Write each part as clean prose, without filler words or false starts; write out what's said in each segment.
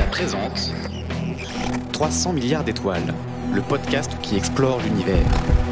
Media présente 300 milliards d'étoiles, le podcast qui explore l'univers.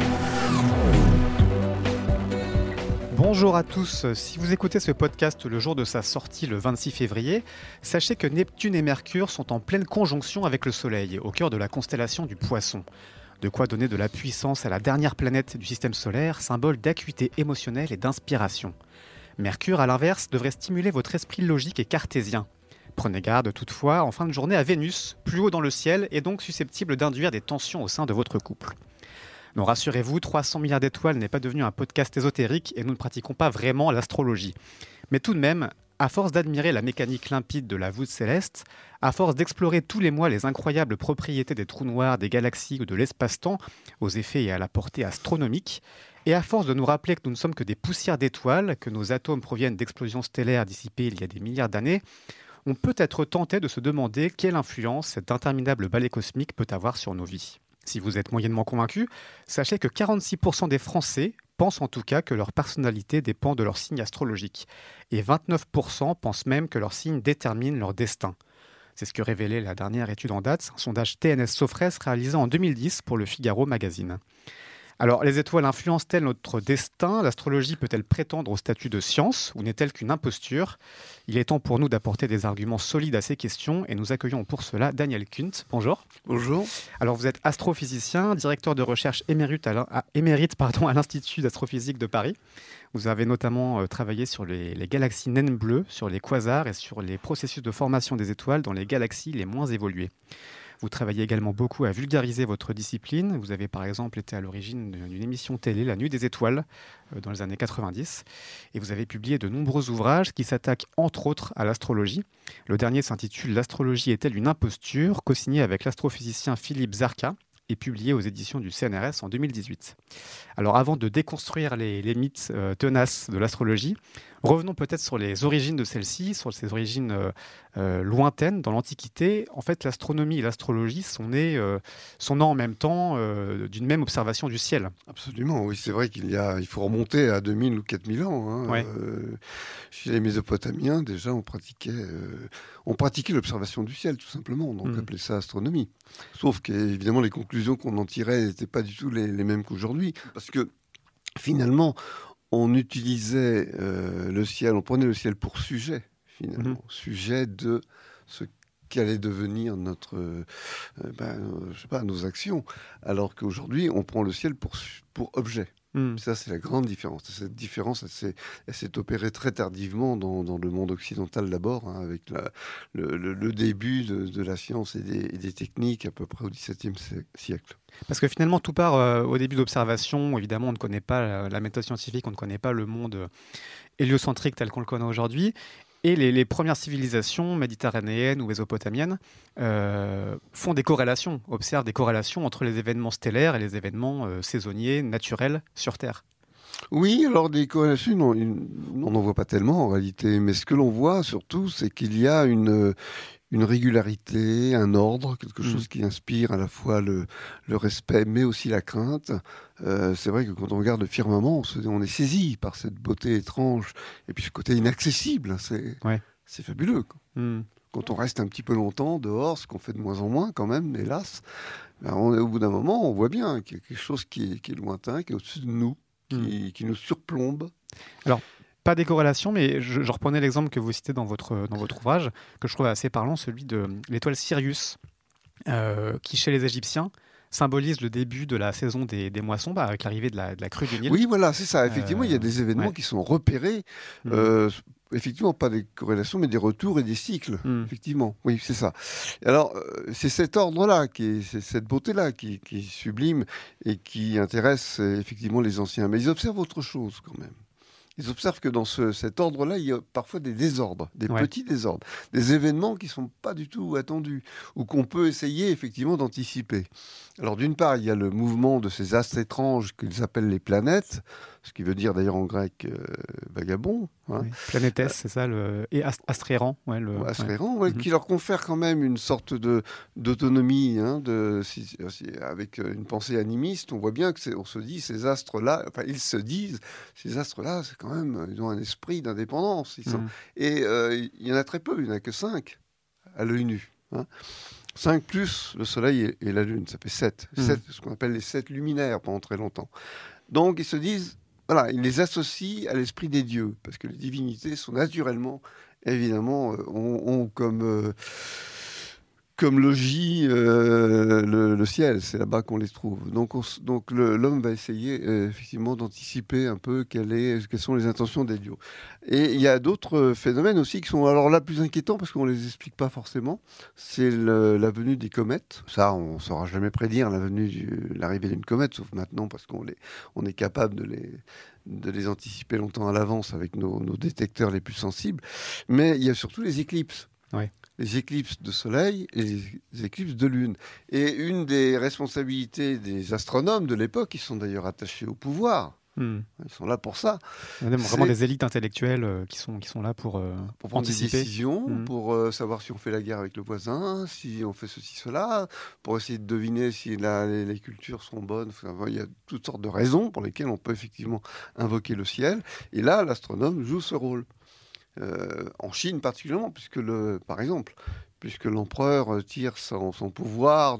Bonjour à tous, si vous écoutez ce podcast le jour de sa sortie le 26 février, sachez que Neptune et Mercure sont en pleine conjonction avec le Soleil, au cœur de la constellation du Poisson. De quoi donner de la puissance à la dernière planète du système solaire, symbole d'acuité émotionnelle et d'inspiration. Mercure, à l'inverse, devrait stimuler votre esprit logique et cartésien. Prenez garde toutefois en fin de journée à Vénus, plus haut dans le ciel et donc susceptible d'induire des tensions au sein de votre couple. Non, rassurez-vous, 300 milliards d'étoiles n'est pas devenu un podcast ésotérique et nous ne pratiquons pas vraiment l'astrologie. Mais tout de même, à force d'admirer la mécanique limpide de la voûte céleste, à force d'explorer tous les mois les incroyables propriétés des trous noirs, des galaxies ou de l'espace-temps, aux effets et à la portée astronomique, et à force de nous rappeler que nous ne sommes que des poussières d'étoiles, que nos atomes proviennent d'explosions stellaires dissipées il y a des milliards d'années, on peut être tenté de se demander quelle influence cet interminable balai cosmique peut avoir sur nos vies. Si vous êtes moyennement convaincu, sachez que 46% des Français pensent en tout cas que leur personnalité dépend de leur signe astrologique. Et 29% pensent même que leur signe détermine leur destin. C'est ce que révélait la dernière étude en date, un sondage TNS Sofres réalisé en 2010 pour le Figaro Magazine. Alors, les étoiles influencent-elles notre destin ? L'astrologie peut-elle prétendre au statut de science ou n'est-elle qu'une imposture ? Il est temps pour nous d'apporter des arguments solides à ces questions et nous accueillons pour cela Daniel Kunt. Bonjour. Bonjour. Alors, vous êtes astrophysicien, directeur de recherche émérite à l'Institut d'astrophysique de Paris. Vous avez notamment travaillé sur les galaxies naines bleues, sur les quasars et sur les processus de formation des étoiles dans les galaxies les moins évoluées. Vous travaillez également beaucoup à vulgariser votre discipline. Vous avez par exemple été à l'origine d'une émission télé, La Nuit des étoiles, dans les années 90. Et vous avez publié de nombreux ouvrages qui s'attaquent entre autres à l'astrologie. Le dernier s'intitule « L'astrologie est-elle une imposture ?», co-signé avec l'astrophysicien Philippe Zarka et publié aux éditions du CNRS en 2018. Alors avant de déconstruire les mythes tenaces de l'astrologie, revenons peut-être sur les origines de celle-ci, sur ses origines lointaines dans l'Antiquité. En fait, l'astronomie et l'astrologie sont nées en même temps d'une même observation du ciel. Absolument, oui, c'est vrai il faut remonter à 2000 ou 4000 ans. Hein. Ouais. Chez les Mésopotamiens, déjà, on pratiquait l'observation du ciel, tout simplement. Donc, on appelait ça astronomie. Sauf qu'évidemment, les conclusions qu'on en tirait n'étaient pas du tout les mêmes qu'aujourd'hui. Parce que, finalement, on utilisait le ciel, on prenait le ciel pour sujet, finalement. Sujet de ce qu'allait devenir nos actions. Alors qu'aujourd'hui, on prend le ciel pour objet. Ça, c'est la grande différence. Cette différence, elle s'est opérée très tardivement dans le monde occidental d'abord, hein, avec le début de la science et des techniques à peu près au XVIIe siècle. Parce que finalement, tout part au début d'observation. Évidemment, on ne connaît pas la méthode scientifique, on ne connaît pas le monde héliocentrique tel qu'on le connaît aujourd'hui. Et les premières civilisations méditerranéennes ou mésopotamiennes font des corrélations, observent des corrélations entre les événements stellaires et les événements saisonniers, naturels sur Terre. Oui, alors des corrélations, on n'en voit pas tellement en réalité. Mais ce que l'on voit surtout, c'est qu'il y a une régularité, un ordre, quelque chose qui inspire à la fois le respect, mais aussi la crainte. C'est vrai que quand on regarde le firmament, on est saisi par cette beauté étrange, et puis ce côté inaccessible, c'est fabuleux. Quand on reste un petit peu longtemps dehors, ce qu'on fait de moins en moins quand même, hélas, au bout d'un moment, on voit bien qu'il y a quelque chose qui est lointain, qui est au-dessus de nous, qui nous surplombe. Alors, pas des corrélations, mais je reprenais l'exemple que vous citez dans votre ouvrage, que je trouve assez parlant, celui de l'étoile Sirius, qui, chez les Égyptiens, symbolise le début de la saison des moissons, avec l'arrivée de la crue du Nil. Oui, voilà, c'est ça. Effectivement, il y a des événements qui sont repérés. Effectivement, pas des corrélations, mais des retours et des cycles. Effectivement, oui, c'est ça. Alors, c'est cet ordre-là, c'est cette beauté-là qui est sublime et qui intéresse effectivement les anciens. Mais ils observent autre chose quand même. Ils observent que dans cet ordre-là, il y a parfois des désordres, des petits désordres, des événements qui ne sont pas du tout attendus, ou qu'on peut essayer effectivement d'anticiper. Alors d'une part, il y a le mouvement de ces astres étranges qu'ils appellent les planètes, ce qui veut dire d'ailleurs en grec vagabond. Hein. Oui. Planétès, c'est ça, et astréran. Astréran, qui leur confère quand même une sorte d'autonomie, hein, avec une pensée animiste. On voit bien on se dit, ces astres-là, enfin ils se disent, ces astres-là, c'est quand même, ils ont un esprit d'indépendance. Et il y en a très peu, il n'y en a que 5 à l'œil nu. Hein. 5 plus le Soleil et la Lune, ça fait 7. 7, ce qu'on appelle les 7 luminaires pendant très longtemps. Donc ils se disent, voilà, ils les associent à l'esprit des dieux, parce que les divinités sont naturellement, évidemment, ont comme logis le ciel, c'est là-bas qu'on les trouve. Donc l'homme va essayer effectivement d'anticiper un peu quelles sont les intentions des dieux. Et il y a d'autres phénomènes aussi qui sont alors là plus inquiétants parce qu'on ne les explique pas forcément. C'est la venue des comètes. Ça, on ne saura jamais prédire l'arrivée d'une comète, sauf maintenant parce qu'on est capable de les anticiper longtemps à l'avance avec nos détecteurs les plus sensibles. Mais il y a surtout les éclipses. Ouais. Les éclipses de soleil et les éclipses de lune. Et une des responsabilités des astronomes de l'époque, ils sont d'ailleurs attachés au pouvoir, ils sont là pour ça. Il y a vraiment des élites intellectuelles qui sont là pour prendre anticiper. des décisions, pour savoir si on fait la guerre avec le voisin, si on fait ceci, cela, pour essayer de deviner si les cultures sont bonnes. Enfin, il y a toutes sortes de raisons pour lesquelles on peut effectivement invoquer le ciel. Et là, l'astronome joue ce rôle. En Chine particulièrement, par exemple, puisque l'empereur tire son pouvoir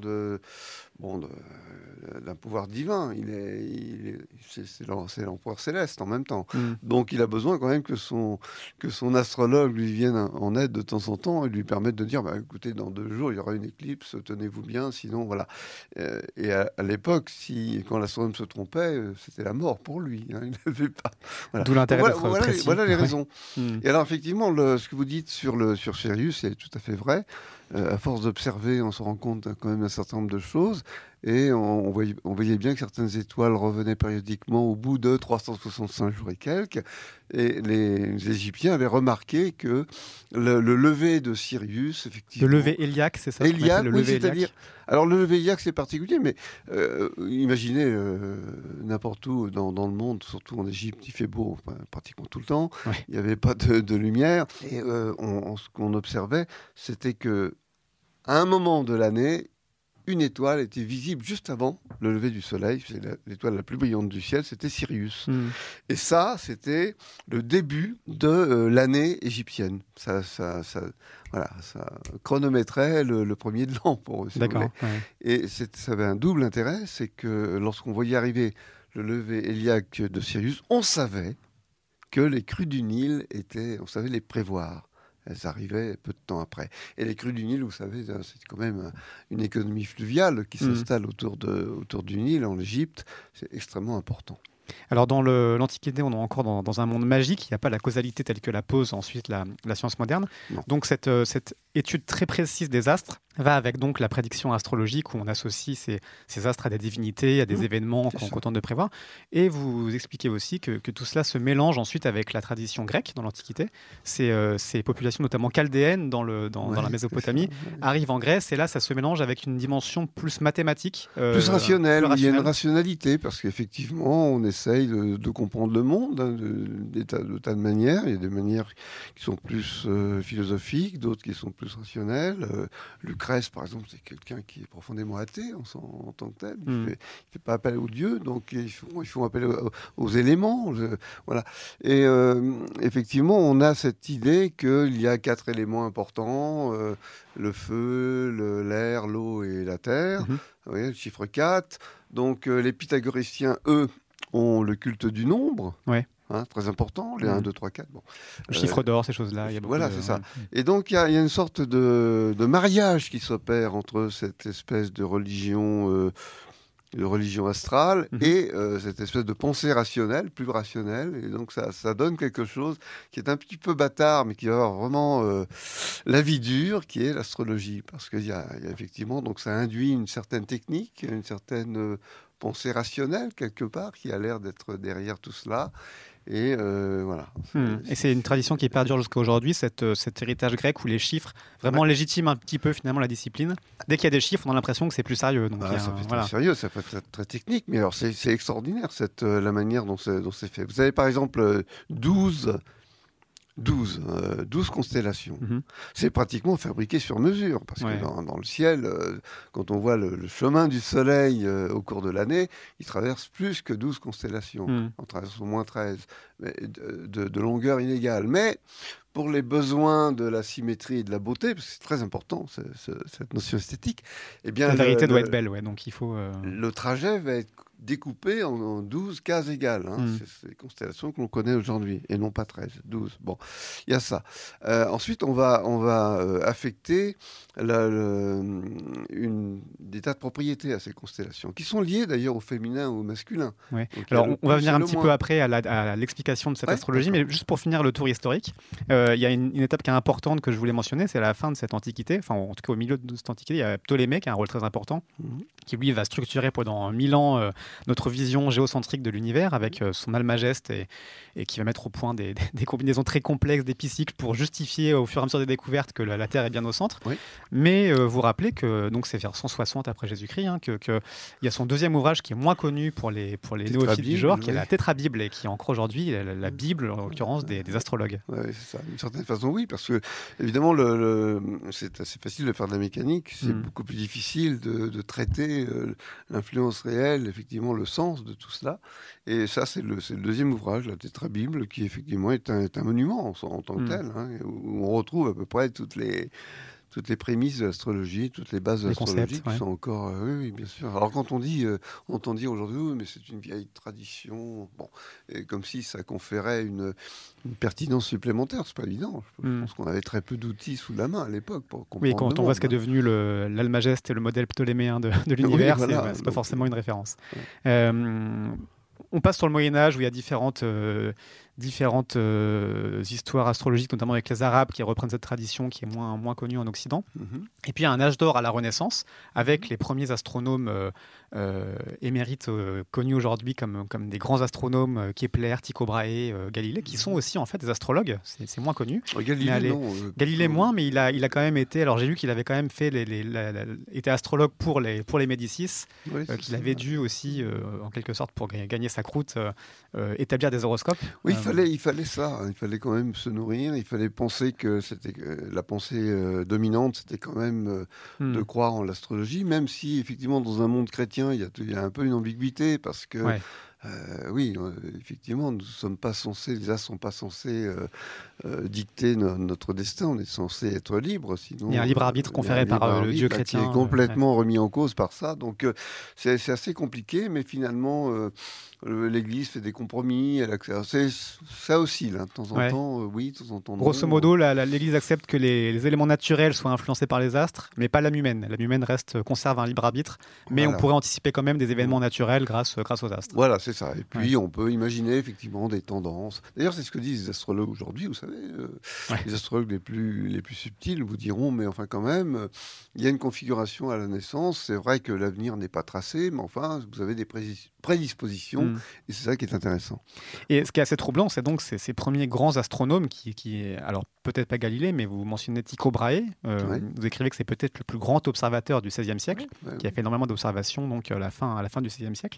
d'un pouvoir divin. C'est l'empereur céleste en même temps. Donc il a besoin quand même que son astrologue lui vienne en aide de temps en temps et lui permette de dire écoutez, dans 2 jours il y aura une éclipse, tenez-vous bien, sinon voilà. Et à l'époque, quand l'astronome se trompait, c'était la mort pour lui. Il n'avait pas. Voilà. D'où l'intérêt d'être précis. Voilà les raisons. Et alors effectivement, ce que vous dites sur Sirius est tout à fait vrai. À force d'observer, on se rend compte quand même d'un certain nombre de choses. Et on voyait bien que certaines étoiles revenaient périodiquement au bout de 365 jours et quelques. Et les Égyptiens avaient remarqué que le lever de Sirius, effectivement... Le lever héliaque, c'est ça? Héliaque, oui, c'est-à-dire... Alors le lever héliaque, c'est particulier, mais imaginez n'importe où dans le monde, surtout en Égypte, il fait beau pratiquement tout le temps. Ouais. Il n'y avait pas de lumière. Et ce qu'on observait, c'était que à un moment de l'année, une étoile était visible juste avant le lever du soleil. C'est l'étoile la plus brillante du ciel, c'était Sirius. Et ça, c'était le début de l'année égyptienne. Ça chronométrait le premier de l'an pour eux. D'accord. Ouais. Et ça avait un double intérêt, c'est que lorsqu'on voyait arriver le lever héliaque de Sirius, on savait que les crues du Nil on savait les prévoir. Elles arrivaient peu de temps après. Et les crues du Nil, vous savez, c'est quand même une économie fluviale qui s'installe autour du Nil, en Égypte. C'est extrêmement important. Alors dans l'Antiquité, on est encore dans un monde magique. Il n'y a pas la causalité telle que la pose ensuite la science moderne. Non. Donc cette étude très précise des astres va avec donc la prédiction astrologique où on associe ces astres à des divinités, à des événements qu'on tente de prévoir. Et vous expliquez aussi que tout cela se mélange ensuite avec la tradition grecque dans l'Antiquité. Ces populations, notamment chaldéennes dans la Mésopotamie, arrivent en Grèce et là, ça se mélange avec une dimension plus mathématique. Plus rationnelle. Il y a une rationalité parce qu'effectivement, on essaye de comprendre le monde de tas de manières. Il y a des manières qui sont plus philosophiques, d'autres qui sont plus rationnelles. Lucrèce, par exemple, c'est quelqu'un qui est profondément athée en tant que tel. Il ne fait pas appel aux dieux, donc ils font appel aux éléments. Voilà. Et effectivement, on a cette idée qu'il y a 4 éléments importants, le feu, l'air, l'eau et la terre. Vous voyez, le chiffre 4. Donc les pythagoriciens, eux, ont le culte du nombre. Ouais. Très important, les 1, 2, 3, 4. Bon. Le chiffre d'or, ces choses-là. C'est ça. Et donc, il y a une sorte de mariage qui s'opère entre cette espèce de religion astrale et cette espèce de pensée rationnelle, plus rationnelle. Et donc, ça donne quelque chose qui est un petit peu bâtard, mais qui va avoir vraiment la vie dure, qui est l'astrologie. Parce qu'il y a effectivement, donc ça induit une certaine technique, une certaine pensée rationnelle, quelque part, qui a l'air d'être derrière tout cela. Et voilà. Et c'est une tradition qui perdure jusqu'à aujourd'hui, cet héritage grec où les chiffres vraiment légitiment un petit peu finalement la discipline. Dès qu'il y a des chiffres, on a l'impression que c'est plus sérieux. Donc ça fait très sérieux, ça fait très technique, mais alors c'est extraordinaire la manière dont c'est fait. Vous avez par exemple 12 constellations. C'est pratiquement fabriqué sur mesure, parce que dans le ciel, quand on voit le chemin du soleil au cours de l'année, il traverse plus que 12 constellations. On traverse au moins 13, mais de longueur inégale. Mais pour les besoins de la symétrie et de la beauté, parce que c'est très important, cette notion esthétique, eh bien, la vérité doit être belle, donc il faut... Le trajet va être découpé en 12 cases égales. C'est les constellations que l'on connaît aujourd'hui, et non pas 13, 12. Bon, il y a ça. Ensuite, on va affecter des tas de propriétés à ces constellations, qui sont liées d'ailleurs au féminin ou au masculin. Ouais. Alors, on va venir un petit peu après à l'explication de cette astrologie, mais juste pour finir le tour historique, il y a une étape qui est importante que je voulais mentionner, c'est à la fin de cette antiquité, enfin en tout cas au milieu de cette antiquité, il y a Ptolémée qui a un rôle très important, qui lui va structurer pendant 1000 ans notre vision géocentrique de l'univers avec son Almageste et qui va mettre au point des combinaisons très complexes d'épicycles pour justifier au fur et à mesure des découvertes que la Terre est bien au centre. Oui. Mais vous rappelez que donc c'est vers 160 après Jésus-Christ qu'il y a son deuxième ouvrage qui est moins connu pour les néophytes du genre, qui est la Tétrabible et qui ancre aujourd'hui la Bible, en l'occurrence des astrologues. Oui, c'est ça. D'une certaine façon, oui, parce que évidemment, c'est assez facile de faire de la mécanique, c'est beaucoup plus difficile de traiter l'influence réelle, effectivement, le sens de tout cela. Et ça, c'est le deuxième ouvrage, la Tétrabible, qui effectivement est un monument en tant que tel, où on retrouve à peu près toutes les prémices de l'astrologie, toutes les bases de l'astrologie qui sont encore... oui, bien sûr. Alors quand on entend dire aujourd'hui, oui, mais c'est une vieille tradition, et comme si ça conférait une pertinence supplémentaire, c'est pas évident. Je pense qu'on avait très peu d'outils sous la main à l'époque pour comprendre. Oui, quand on voit ce qu'est devenu l'Almageste et le modèle ptoléméen de l'univers, c'est pas forcément une référence. Ouais. On passe sur le Moyen-Âge où il y a différentes histoires astrologiques, notamment avec les Arabes qui reprennent cette tradition qui est moins connue en Occident. Et puis il y a un âge d'or à la Renaissance avec les premiers astronomes émérites connus aujourd'hui comme des grands astronomes, Kepler, Tycho Brahe, Galilée, qui sont aussi en fait des astrologues. C'est moins connu. Galilée moins, mais il a quand même été. Alors j'ai lu qu'il avait quand même fait était astrologue pour les Médicis, qu'il avait dû aussi en quelque sorte pour gagner sa croûte établir des horoscopes. Oui, il fallait ça. Il fallait quand même se nourrir. Il fallait penser que la pensée dominante, c'était quand même de croire en l'astrologie, même si effectivement dans un monde chrétien, il y a un peu une ambiguïté parce que oui, effectivement, les astres sont pas censés dicter notre destin. On est censé être libre, sinon. Il y a un libre arbitre conféré par le Dieu chrétien, qui est complètement remis en cause par ça. Donc c'est assez compliqué, mais finalement. L'Église fait des compromis, ça oscille de temps en temps, oui, de temps en temps. Grosso modo, l'Église accepte que les éléments naturels soient influencés par les astres, mais pas l'âme humaine. L'âme humaine conserve un libre arbitre, mais on pourrait anticiper quand même des événements naturels grâce aux astres. Voilà, c'est ça. Et puis on peut imaginer effectivement des tendances. D'ailleurs, c'est ce que disent les astrologues aujourd'hui. Vous savez, les astrologues les plus subtils vous diront, mais enfin quand même, il y a une configuration à la naissance. C'est vrai que l'avenir n'est pas tracé, mais enfin, vous avez des prédispositions. Et c'est ça qui est intéressant. Et ce qui est assez troublant, c'est donc ces premiers grands astronomes qui alors peut-être pas Galilée, mais vous mentionnez Tycho Brahe. Vous écrivez que c'est peut-être le plus grand observateur du XVIe siècle, qui a fait énormément d'observations donc à la fin du XVIe siècle,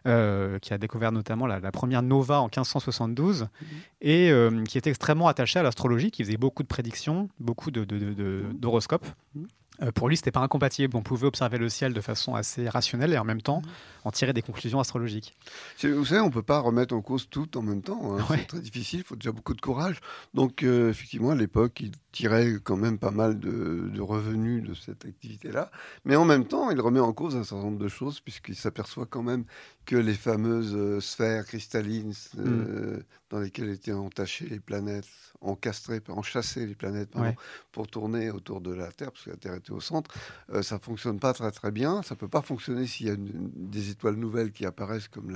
qui a découvert notamment la première nova en 1572 et qui était extrêmement attaché à l'astrologie, qui faisait beaucoup de prédictions, beaucoup d'horoscopes. Pour lui, c'était pas incompatible. On pouvait observer le ciel de façon assez rationnelle et en même temps en tirer des conclusions astrologiques. Vous savez, on peut pas remettre en cause tout en même temps. C'est très difficile. Il faut déjà beaucoup de courage. Donc, effectivement, à l'époque, il tirait quand même pas mal de revenus de cette activité-là. Mais en même temps, il remet en cause un certain nombre de choses puisqu'il s'aperçoit quand même que les fameuses sphères cristallines dans lesquelles étaient entachées les planètes, enchâssées les planètes pour tourner autour de la Terre, parce que la Terre était au centre, ça fonctionne pas très très bien. Ça peut pas fonctionner s'il y a des étoiles nouvelles qui apparaissent comme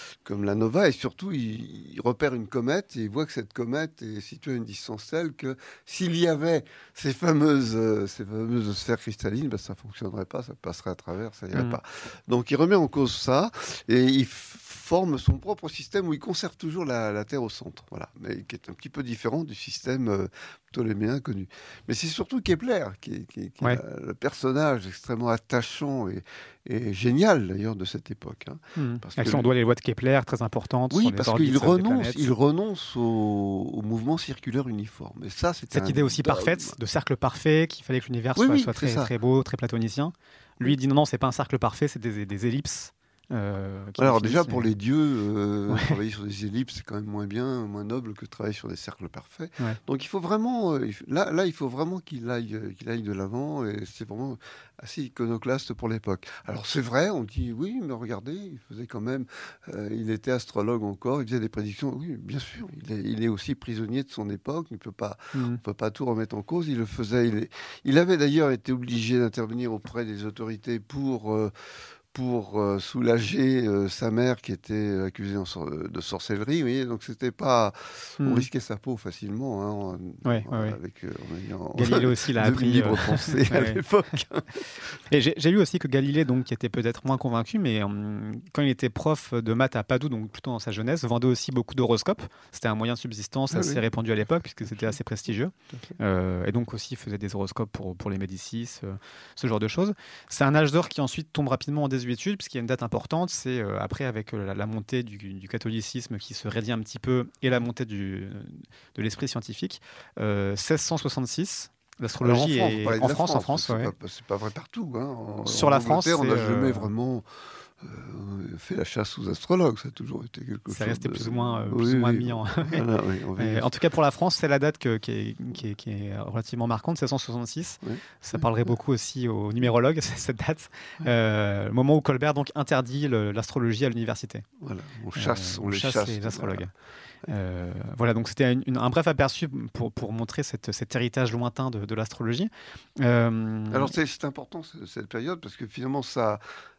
la nova. Et surtout, il repère une comète et il voit que cette comète est située à une distance telle que s'il y avait ces fameuses sphères cristallines, ça fonctionnerait pas, ça passerait à travers, ça irait pas. Donc il remet en cause ça et il forme son propre système où il conserve toujours la Terre au centre, voilà, mais qui est un petit peu différent du système ptoléméen connu. Mais c'est surtout Kepler qui est le personnage extrêmement attachant et génial d'ailleurs de cette époque. Parce on doit les lois de Kepler très importantes. Oui, parce qu'il renonce au mouvement circulaire uniforme. Et ça, c'est cette idée aussi parfaite, de cercle parfait, qu'il fallait que l'univers soit très, très beau, très platonicien. Lui, il dit non, c'est pas un cercle parfait, c'est des ellipses. Alors déjà, pour les dieux, travailler sur des ellipses, c'est quand même moins bien, moins noble que travailler sur des cercles parfaits. Ouais. Donc il faut vraiment, là, il faut vraiment qu'il aille de l'avant, et c'est vraiment assez iconoclaste pour l'époque. Alors c'est vrai, on dit, oui, mais regardez, il faisait quand même, il était astrologue encore, il faisait des prédictions, oui, bien sûr, il est aussi prisonnier de son époque, on ne peut pas tout remettre en cause, il le faisait, il avait d'ailleurs été obligé d'intervenir auprès des autorités pour soulager sa mère qui était accusée de sorcellerie. Vous voyez, donc c'était pas, on risquait sa peau facilement, avec en ayant Galilée aussi l'a appris libre pensée à l'époque. Et j'ai lu aussi que Galilée, donc, qui était peut-être moins convaincu, mais quand il était prof de maths à Padoue, donc plutôt dans sa jeunesse, vendait aussi beaucoup d'horoscopes. C'était un moyen de subsistance assez répandu à l'époque puisque c'était assez prestigieux. Et donc aussi faisait des horoscopes pour les Médicis, ce genre de choses. C'est un âge d'or qui ensuite tombe rapidement en désuétude puisqu'il y a une date importante, c'est après avec la montée du catholicisme qui se raidit un petit peu et la montée de l'esprit scientifique. 1666. L'astrologie en France. C'est pas vrai partout. Sur la France, on n'a jamais vraiment fait la chasse aux astrologues. Ça a toujours été quelque chose. Ça restait plus ou moins mis en. En tout cas, pour la France, c'est la date qui est relativement marquante, 1666. Ça parlerait beaucoup aussi aux numérologues, cette date. Le moment où Colbert donc interdit l'astrologie à l'université. Voilà, on chasse les astrologues. Voilà, donc c'était un bref aperçu pour montrer cet héritage lointain de l'astrologie. Alors c'est important cette période parce que finalement ça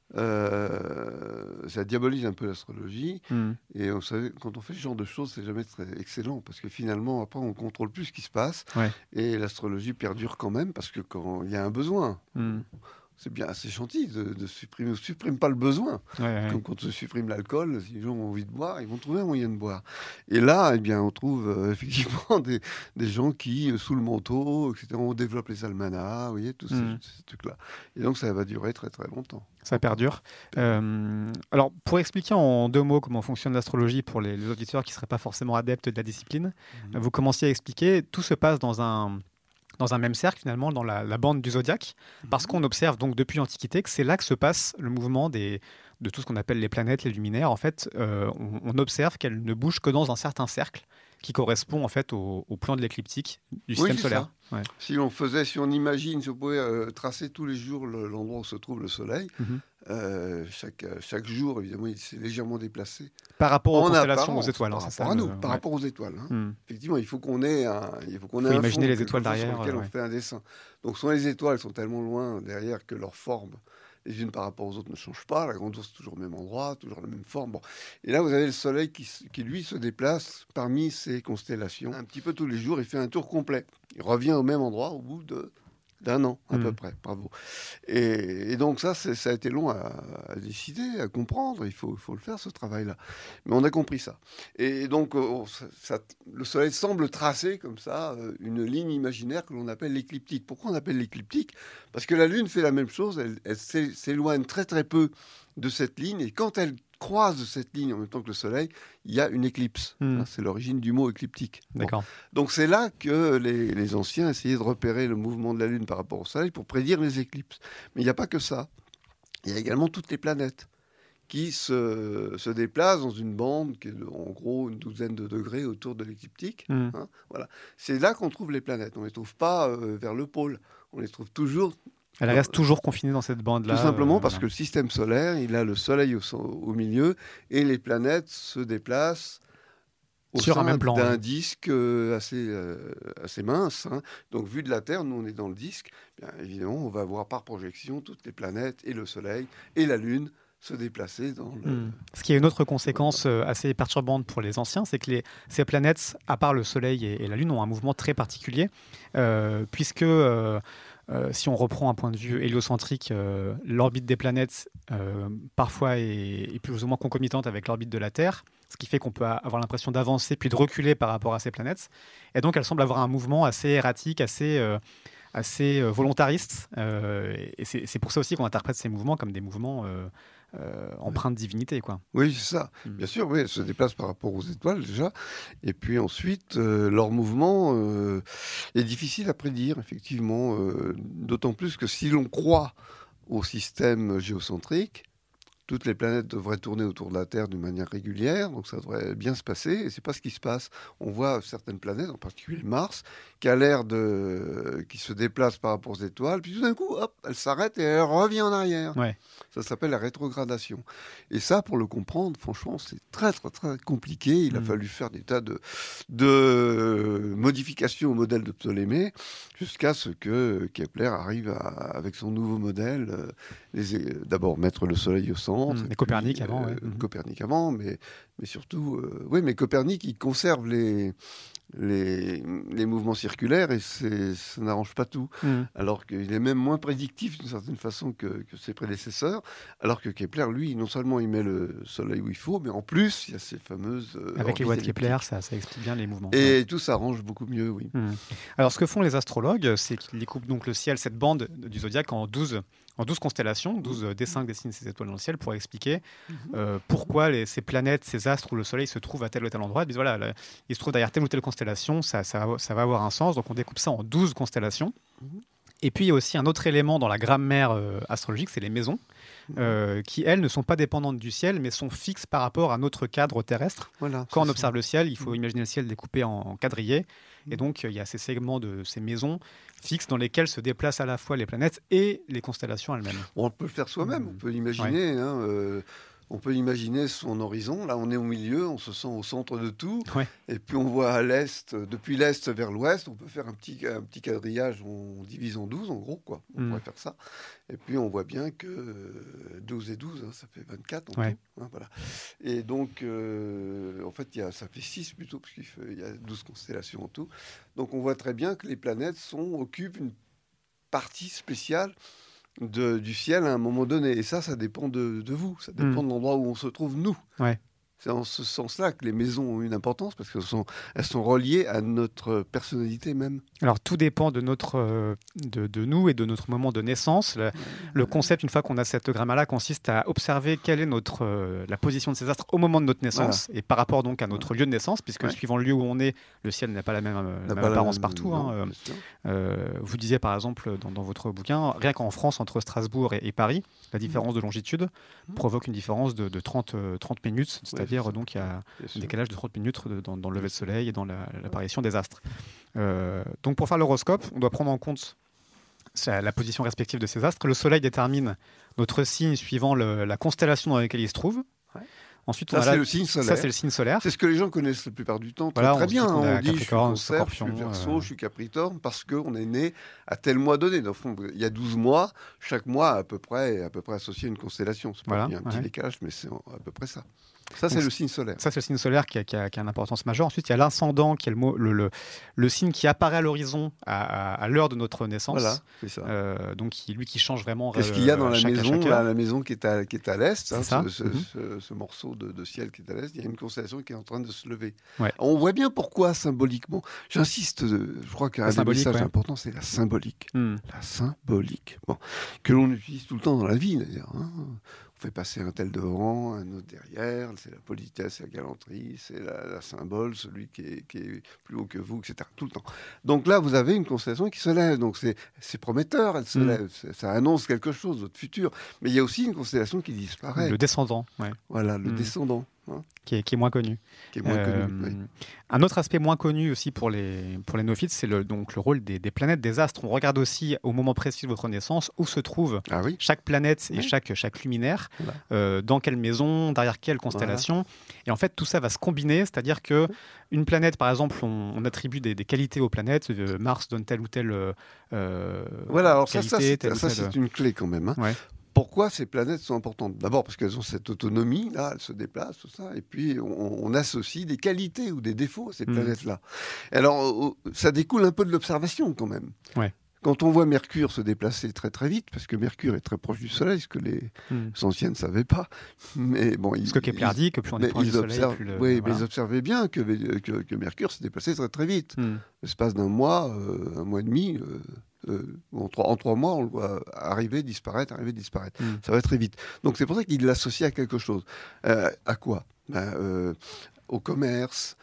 diabolise un peu l'astrologie et vous savez, quand on fait ce genre de choses, c'est jamais très excellent parce que finalement après on contrôle plus ce qui se passe et l'astrologie perdure quand même parce que quand il y a un besoin. C'est bien assez gentil de supprimer. On ne supprime pas le besoin. Comme quand on supprime l'alcool, si les gens ont envie de boire, ils vont trouver un moyen de boire. Et là, on trouve effectivement des gens qui, sous le manteau, etc., on développe les almanachs, vous voyez, tous ces trucs-là. Et donc, ça va durer très, très longtemps. Ça perdure. Alors, pour expliquer en 2 mots comment fonctionne l'astrologie pour les auditeurs qui ne seraient pas forcément adeptes de la discipline, vous commenciez à expliquer, tout se passe dans un même cercle, finalement, dans la bande du zodiaque, parce qu'on observe donc depuis l'Antiquité que c'est là que se passe le mouvement de tout ce qu'on appelle les planètes, les luminaires. En fait, on observe qu'elles ne bougent que dans un certain cercle qui correspond en fait au plan de l'écliptique du système solaire. Si on imagine, si on pouvait tracer tous les jours l'endroit où se trouve le Soleil, chaque jour, évidemment, il s'est légèrement déplacé. Par rapport aux constellations, aux étoiles. Par rapport aux étoiles. Effectivement, il faut qu'on ait imaginer les étoiles derrière. Sur lequel on fait un dessin. Donc, soit les étoiles sont tellement loin derrière que leur forme, les unes par rapport aux autres, ne change pas. La grande ours est toujours au même endroit, toujours la même forme. Bon. Et là, vous avez le Soleil qui, lui, se déplace parmi ces constellations. Un petit peu tous les jours, il fait un tour complet. Il revient au même endroit au bout d'un an, à peu près. Bravo. Et donc ça a été long à décider, à comprendre. Il faut le faire, ce travail-là. Mais on a compris ça. Et donc, le Soleil semble tracer comme ça une ligne imaginaire que l'on appelle l'écliptique. Pourquoi on appelle l'écliptique ? Parce que la Lune fait la même chose. Elle s'éloigne très très peu de cette ligne. Et quand elle croise cette ligne en même temps que le Soleil, il y a une éclipse. C'est l'origine du mot écliptique. D'accord. Donc c'est là que les anciens essayaient de repérer le mouvement de la Lune par rapport au Soleil pour prédire les éclipses. Mais il n'y a pas que ça. Il y a également toutes les planètes qui se déplacent dans une bande qui est en gros une douzaine de degrés autour de l'écliptique. Voilà. C'est là qu'on trouve les planètes. On ne les trouve pas vers le pôle. On les trouve toujours... Elle reste toujours confinée dans cette bande-là. Tout simplement parce que le système solaire, il a le Soleil au milieu et les planètes se déplacent sur un même plan, d'un disque assez mince. Donc, vu de la Terre, nous, on est dans le disque. Bien évidemment, on va voir par projection toutes les planètes et le Soleil et la Lune se déplacer dans le... Ce qui est une autre conséquence assez perturbante pour les anciens, c'est que ces planètes, à part le Soleil et la Lune, ont un mouvement très particulier, puisque... si on reprend un point de vue héliocentrique, l'orbite des planètes parfois est plus ou moins concomitante avec l'orbite de la Terre, ce qui fait qu'on peut avoir l'impression d'avancer puis de reculer par rapport à ces planètes. Et donc elles semblent avoir un mouvement assez erratique, assez volontariste. Et c'est pour ça aussi qu'on interprète ces mouvements comme des mouvements empreints de divinité, quoi. Oui, c'est ça. Bien sûr, oui, elles se déplacent par rapport aux étoiles déjà. Et puis ensuite, leur mouvement est difficile à prédire, effectivement. D'autant plus que si l'on croit au système géocentrique, toutes les planètes devraient tourner autour de la Terre d'une manière régulière, donc ça devrait bien se passer, et c'est pas ce qui se passe. On voit certaines planètes, en particulier Mars, qui a l'air qui se déplace par rapport aux étoiles, puis tout d'un coup, hop, elle s'arrête et elle revient en arrière. Ouais. Ça s'appelle la rétrogradation. Et ça, pour le comprendre, franchement, c'est très, très, très compliqué. Il a fallu faire des tas de modifications au modèle de Ptolémée jusqu'à ce que Kepler arrive avec son nouveau modèle, d'abord mettre le Soleil au centre. Et Copernic avant. Copernic avant, mais surtout... oui, mais Copernic, il conserve les mouvements circulaires et ça n'arrange pas tout. Alors qu'il est même moins prédictif d'une certaine façon que ses prédécesseurs, alors que Kepler, lui, non seulement il met le Soleil où il faut, mais en plus, il y a ces fameuses... Avec les voies de Kepler, ça explique bien les mouvements. Et tout s'arrange beaucoup mieux, oui. Alors, ce que font les astrologues, c'est qu'ils découpent donc le ciel, cette bande du zodiaque, en 12 constellations, 12 dessins dessinent ces étoiles dans le ciel pour expliquer pourquoi ces planètes, ces astres ou le Soleil se trouvent à tel ou tel endroit. Ils disent, voilà, il se trouve derrière telle ou telle constellation, ça va avoir un sens. Donc on découpe ça en 12 constellations. Et puis il y a aussi un autre élément dans la grammaire astrologique, c'est les maisons, qui elles ne sont pas dépendantes du ciel, mais sont fixes par rapport à notre cadre terrestre. Voilà, quand on observe le ciel, il faut imaginer le ciel découpé en quadrillés. Et donc, il y a ces segments de ces maisons fixes dans lesquelles se déplacent à la fois les planètes et les constellations elles-mêmes. On peut le faire soi-même, on peut l'imaginer. On peut imaginer son horizon. Là, on est au milieu, on se sent au centre de tout. Ouais. Et puis, on voit à l'est, depuis l'est vers l'ouest, on peut faire un petit quadrillage, on divise en 12, en gros, quoi. On pourrait faire ça. Et puis, on voit bien que 12 et 12, ça fait 24 en tout. Voilà. Et donc, en fait, ça fait 6 plutôt, parce qu'il y a 12 constellations en tout. Donc, on voit très bien que les planètes occupent une partie spéciale du ciel à un moment donné. Et ça dépend de vous. Ça dépend de l'endroit où on se trouve, nous. Ouais. C'est en ce sens-là que les maisons ont une importance, parce qu'elles sont reliées à notre personnalité même. Alors, tout dépend de nous et de notre moment de naissance. Le concept, une fois qu'on a cette grammaire-là, consiste à observer quelle est la position de ces astres au moment de notre naissance, et par rapport donc à notre lieu de naissance, puisque suivant le lieu où on est, le ciel n'a pas la même apparence partout. Vous disiez par exemple dans votre bouquin, rien qu'en France, entre Strasbourg et Paris, la différence de longitude provoque une différence de 30 minutes, c'est-à-dire donc il y a un décalage de 30 minutes dans le lever de soleil et dans l'apparition des astres. Donc pour faire l'horoscope, on doit prendre en compte la position respective de ces astres. Le soleil détermine notre signe suivant la constellation dans laquelle il se trouve. Ensuite, c'est le signe solaire. Ça, c'est le signe solaire. C'est ce que les gens connaissent la plupart du temps. Très bien. On dit, je suis Cancer, je suis Verseau, je suis Capricorne, parce qu'on est né à tel mois donné. Dans le fond, il y a 12 mois, chaque mois à peu près associé à une constellation. Il y a un petit décalage, mais c'est à peu près ça. Ça, c'est le signe solaire. Ça, c'est le signe solaire qui a une importance majeure. Ensuite, il y a l'ascendant, qui est le signe qui apparaît à l'horizon à l'heure de notre naissance. Voilà, c'est ça. Donc, qui change vraiment. Qu'est-ce qu'il y a dans la maison, la maison qui est à l'est, ce morceau de ciel qui est à l'est, il y a une constellation qui est en train de se lever. Ouais. On voit bien pourquoi, symboliquement. J'insiste, je crois qu'un des messages importants, c'est la symbolique. La symbolique. Que l'on utilise tout le temps dans la vie, d'ailleurs. On fait passer un tel devant, un autre derrière, c'est la politesse, c'est la galanterie, c'est la symbole, celui qui est plus haut que vous, etc. Tout le temps. Donc là, vous avez une constellation qui se lève, donc c'est prometteur, elle se lève, ça annonce quelque chose, votre futur. Mais il y a aussi une constellation qui disparaît. Le descendant, Voilà, le descendant. Qui est moins connu. Un autre aspect moins connu aussi pour les néophytes, c'est le rôle des planètes, des astres. On regarde aussi au moment précis de votre naissance où se trouve chaque planète et chaque luminaire, dans quelle maison, derrière quelle constellation. Et en fait, tout ça va se combiner, c'est-à-dire que une planète, par exemple, on attribue des qualités aux planètes. Mars donne telle ou telle alors qualité. Ça, c'est une clé quand même. Pourquoi ces planètes sont importantes? D'abord parce qu'elles ont cette autonomie, là, elles se déplacent, tout ça, et puis on associe des qualités ou des défauts à ces planètes-là. Alors, ça découle un peu de l'observation quand même. Quand on voit Mercure se déplacer très très vite, parce que Mercure est très proche du Soleil, ce que les anciens ne savaient pas. Mais bon, ce que Kepler dit, que plus on est proche du Soleil, plus mais ils observaient bien que Mercure se déplaçait très très vite. L'espace d'un mois, un mois et demi... en 3 mois, on le voit arriver, disparaître. Ça va très vite. Donc c'est pour ça qu'il l'associe à quelque chose. À quoi? Au commerce,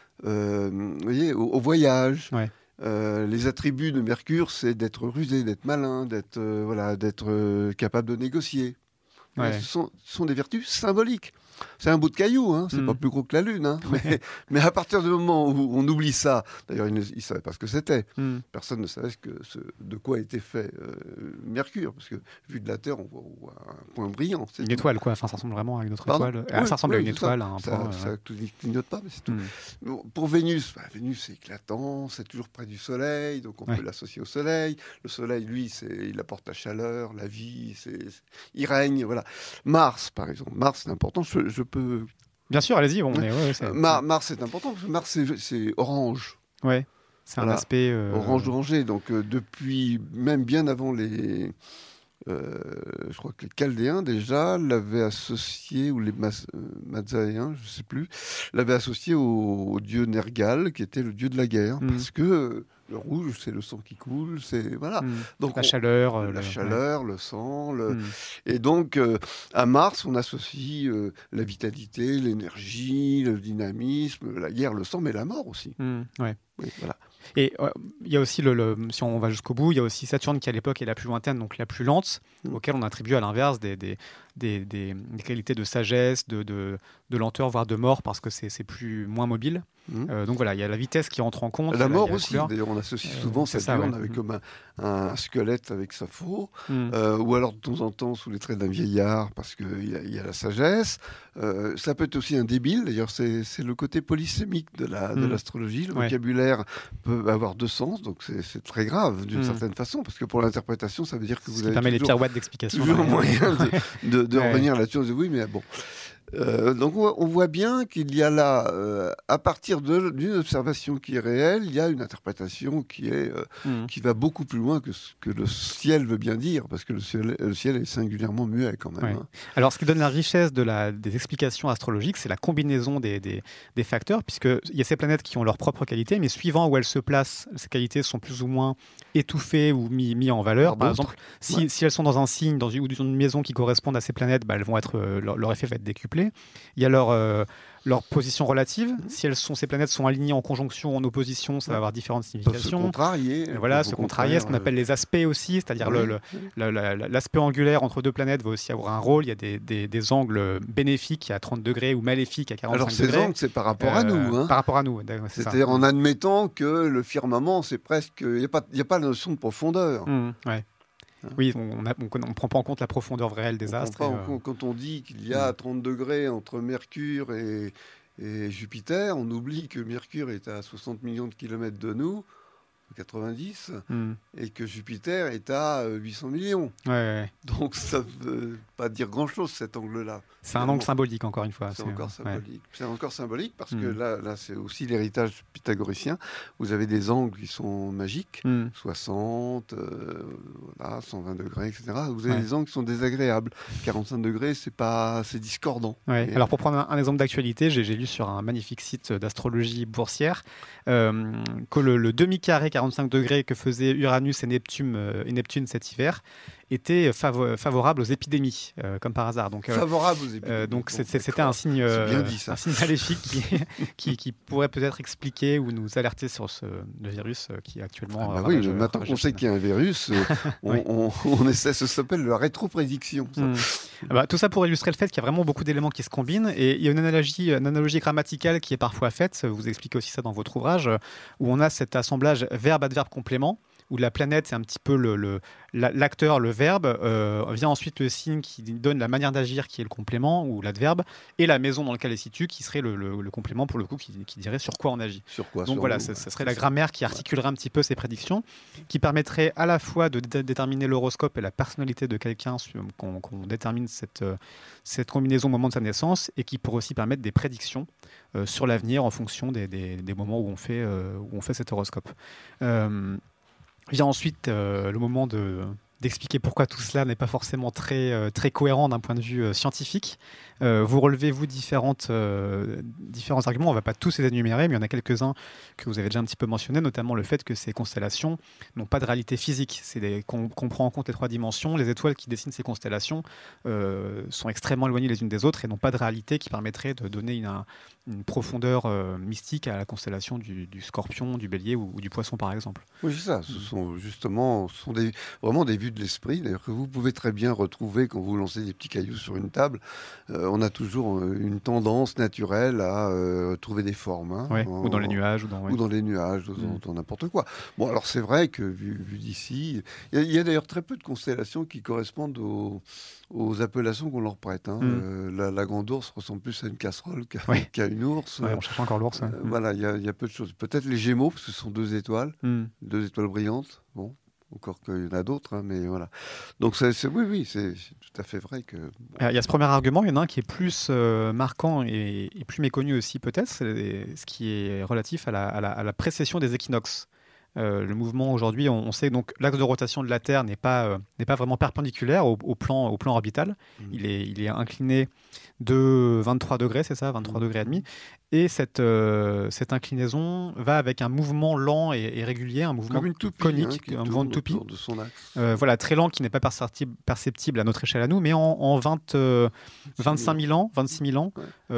au voyage. Les attributs de Mercure, c'est d'être rusé, d'être malin, d'être capable de négocier. Ouais. Ce sont des vertus symboliques. C'est un bout de caillou, hein. C'est pas plus gros que la Lune. Hein. Mais à partir du moment où on oublie ça, d'ailleurs, ils ne savaient pas ce que c'était. Personne ne savait de quoi était fait Mercure, parce que vu de la Terre, on voit un point brillant. Une étoile, quoi. Enfin, ça ressemble vraiment à une autre étoile. Ça ressemble à une étoile, à un point. Ça clignote pas, mais c'est tout. Bon, pour Vénus, Vénus, c'est éclatant, c'est toujours près du Soleil, donc on peut l'associer au Soleil. Le Soleil, lui, il apporte la chaleur, la vie, il règne, voilà. Mars, par exemple. Mars, c'est important. Je peux... Bien sûr, allez-y. Mars, c'est important, parce que Mars, c'est orange. Ouais, c'est un aspect... Orange-orangé, donc depuis, même bien avant les... je crois que les Chaldéens, déjà, l'avaient associé, ou les Mazzaéens, je ne sais plus, l'avaient associé au dieu Nergal, qui était le dieu de la guerre, parce que... Le rouge, c'est le sang qui coule, c'est voilà. Donc la chaleur, le sang, et donc à Mars, on associe la vitalité, l'énergie, le dynamisme, la guerre, le sang, mais la mort aussi. Oui, voilà. Et il y a aussi, si on va jusqu'au bout, il y a aussi Saturne qui à l'époque est la plus lointaine, donc la plus lente, auquel on attribue à l'inverse des qualités de sagesse, de lenteur, voire de mort, parce que c'est moins mobile. Donc voilà, il y a la vitesse qui entre en compte. La mort aussi, d'ailleurs, on associe souvent Saturne avec comme un squelette avec sa faux, ou alors de temps en temps sous les traits d'un vieillard, parce qu'il y a la sagesse. Ça peut être aussi un débile, d'ailleurs, c'est le côté polysémique de l'astrologie. Le vocabulaire peut avoir deux sens, donc c'est très grave d'une certaine façon, parce que pour l'interprétation, ça veut dire que vous avez permet les pirouettes d'explication. Toujours moyen de revenir là-dessus, on se dit oui, mais bon. Donc on voit bien qu'il y a là, à partir d'une observation qui est réelle, il y a une interprétation qui va beaucoup plus loin que ce que le ciel veut bien dire, parce que le ciel est singulièrement muet quand même. Hein. Alors ce qui donne la richesse des explications astrologiques, c'est la combinaison des facteurs, puisqu'il y a ces planètes qui ont leurs propres qualités, mais suivant où elles se placent, ces qualités sont plus ou moins étouffées ou mis en valeur. Par exemple, si elles sont dans un signe ou dans une maison qui correspondent à ces planètes, elles vont leur effet va être décuplé. Il y a leur position relative. Si ces planètes sont alignées en conjonction ou en opposition, ça va avoir différentes significations. Se contrarier. Voilà, se contrarier, ce qu'on appelle les aspects aussi, c'est-à-dire l'aspect angulaire entre deux planètes va aussi avoir un rôle. Il y a des angles bénéfiques à 30 degrés ou maléfiques à 45 degrés. Alors ces angles, c'est par rapport à nous. Hein. Par rapport à nous, c'est-à-dire en admettant que le firmament, c'est presque... Il n'y a pas la notion de profondeur. Oui, on ne prend pas en compte la profondeur réelle des astres. Quand on dit qu'il y a 30 degrés entre Mercure et Jupiter, on oublie que Mercure est à 60 millions de kilomètres de nous, 90, et que Jupiter est à 800 millions. Donc ça ne veut pas dire grand-chose, cet angle-là. C'est un angle symbolique, encore une fois. C'est encore symbolique. C'est encore symbolique parce que là c'est aussi l'héritage pythagoricien. Vous avez des angles qui sont magiques, 60, 120 degrés, etc. Vous avez des angles qui sont désagréables. 45 degrés, c'est discordant. Alors pour prendre un exemple d'actualité, j'ai lu sur un magnifique site d'astrologie boursière que le demi-carré 45 degrés que faisaient Uranus et Neptune cet hiver était favorable aux épidémies, comme par hasard. Donc, favorable aux épidémies. Donc c'était un signe maléfique qui pourrait peut-être expliquer ou nous alerter sur le virus qui est actuellement... oui, maintenant qu'on sait qu'il y a un virus, on essaie, ça s'appelle la rétroprédiction. Tout ça pour illustrer le fait qu'il y a vraiment beaucoup d'éléments qui se combinent, et il y a une analogie grammaticale qui est parfois faite, vous expliquez aussi ça dans votre ouvrage, où on a cet assemblage verbe-adverbe-complément, où la planète, c'est un petit peu l'acteur, le verbe, vient ensuite le signe qui donne la manière d'agir, qui est le complément, ou l'adverbe, et la maison dans laquelle elle est située, qui serait le complément, pour le coup, qui dirait sur quoi on agit. Donc voilà, ça serait la grammaire qui articulerait un petit peu ces prédictions, qui permettrait à la fois de déterminer l'horoscope et la personnalité de quelqu'un, qu'on détermine cette combinaison au moment de sa naissance, et qui pourrait aussi permettre des prédictions sur l'avenir en fonction des moments où on fait cet horoscope. Vient ensuite le moment d'expliquer pourquoi tout cela n'est pas forcément très cohérent d'un point de vue scientifique. Vous relevez, différents arguments, on ne va pas tous les énumérer, mais il y en a quelques-uns que vous avez déjà un petit peu mentionnés, notamment le fait que ces constellations n'ont pas de réalité physique. Qu'on prend en compte les 3 dimensions, les étoiles qui dessinent ces constellations sont extrêmement éloignées les unes des autres et n'ont pas de réalité qui permettrait de donner une profondeur mystique à la constellation du Scorpion, du Bélier ou du Poisson, par exemple. Oui, c'est ça. Ce sont vraiment des vues de l'esprit, d'ailleurs, que vous pouvez très bien retrouver quand vous lancez des petits cailloux sur une table. On a toujours une tendance naturelle à trouver des formes. Hein, ou dans les nuages. Ou dans les nuages, dans n'importe quoi. Bon, alors c'est vrai que vu d'ici, il y a d'ailleurs très peu de constellations qui correspondent aux appellations qu'on leur prête. Hein. La grande ours ressemble plus à une casserole qu'à une ours. On cherche encore l'ours. Voilà, il y a peu de choses. Peut-être les Gémeaux, parce que ce sont 2 étoiles, 2 étoiles brillantes. Bon, encore qu'il y en a d'autres, hein, mais voilà. Donc oui, c'est tout à fait vrai que... Bon. Il y a ce premier argument, il y en a un qui est plus marquant et plus méconnu aussi peut-être, c'est ce qui est relatif à la précession des équinoxes. Le mouvement aujourd'hui, on sait donc l'axe de rotation de la Terre n'est pas vraiment perpendiculaire au plan orbital. Il est incliné de 23 degrés, c'est ça, 23 degrés et demi. Et cette inclinaison va avec un mouvement lent et régulier, un mouvement conique, un mouvement de toupie. De son axe. Voilà, très lent, qui n'est pas perceptible à notre échelle à nous, mais en 25 000 ans, 26 000 ans,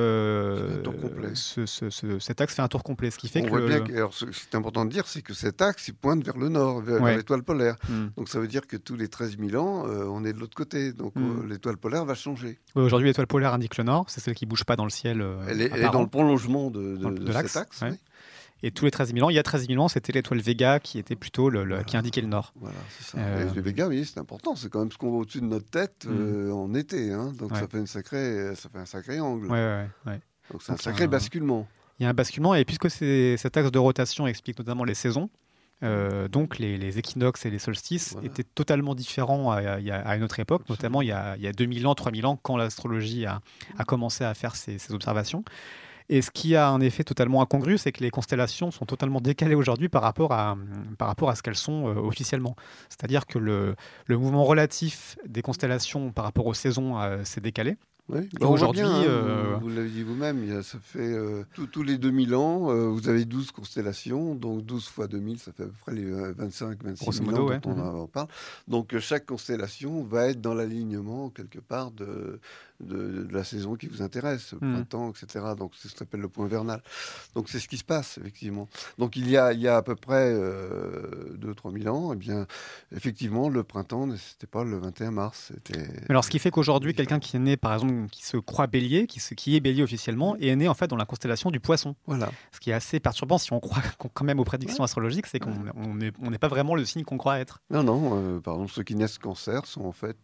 cet axe fait un tour complet. Ce qui fait alors, ce qui est important de dire, c'est que cet axe il pointe vers le nord, vers l'étoile polaire. Donc ça veut dire que tous les 13 000 ans, on est de l'autre côté. Donc l'étoile polaire va changer. Aujourd'hui, l'étoile polaire indique le nord, c'est celle qui ne bouge pas dans le ciel. Elle est dans le prolongement de cet axe. Ouais. Et tous les 13 000 ans, il y a 13 000 ans, c'était l'étoile Vega qui était plutôt qui indiquait le nord. Voilà, c'est ça. Et le Vega, oui, c'est important. C'est quand même ce qu'on voit au-dessus de notre tête en été. Hein. Donc ça fait un sacré angle. Donc c'est un sacré basculement. Il y a un basculement, et puisque cet axe de rotation explique notamment les saisons, donc les équinoxes et les solstices étaient totalement différents à une autre époque, notamment il y a 2000 ans, 3000 ans, quand l'astrologie a commencé à faire ces observations. Et ce qui a un effet totalement incongru, c'est que les constellations sont totalement décalées aujourd'hui par rapport à ce qu'elles sont officiellement. C'est-à-dire que le mouvement relatif des constellations par rapport aux saisons s'est décalé. Oui. Aujourd'hui, vous l'avez dit vous-même, ça fait tous les 2000 ans, vous avez 12 constellations, donc 12 fois 2000, ça fait à peu près les 25-26 000 ans dont on parle. Donc chaque constellation va être dans l'alignement, quelque part, de la saison qui vous intéresse, le printemps, etc. Donc c'est ce qu'on appelle le point vernal. Donc c'est ce qui se passe, effectivement. Donc il y a à peu près 2-3 000 ans, eh bien, effectivement, le printemps, c'était pas le 21 mars. Alors ce qui fait qu'aujourd'hui, quelqu'un qui est né, par exemple, qui se croit bélier, qui est bélier officiellement, est né en fait dans la constellation du Poisson. Voilà. Ce qui est assez perturbant si on croit quand même aux prédictions astrologiques, c'est qu'on n'est pas vraiment le signe qu'on croit être. Non, par exemple, ceux qui naissent Cancer sont en fait...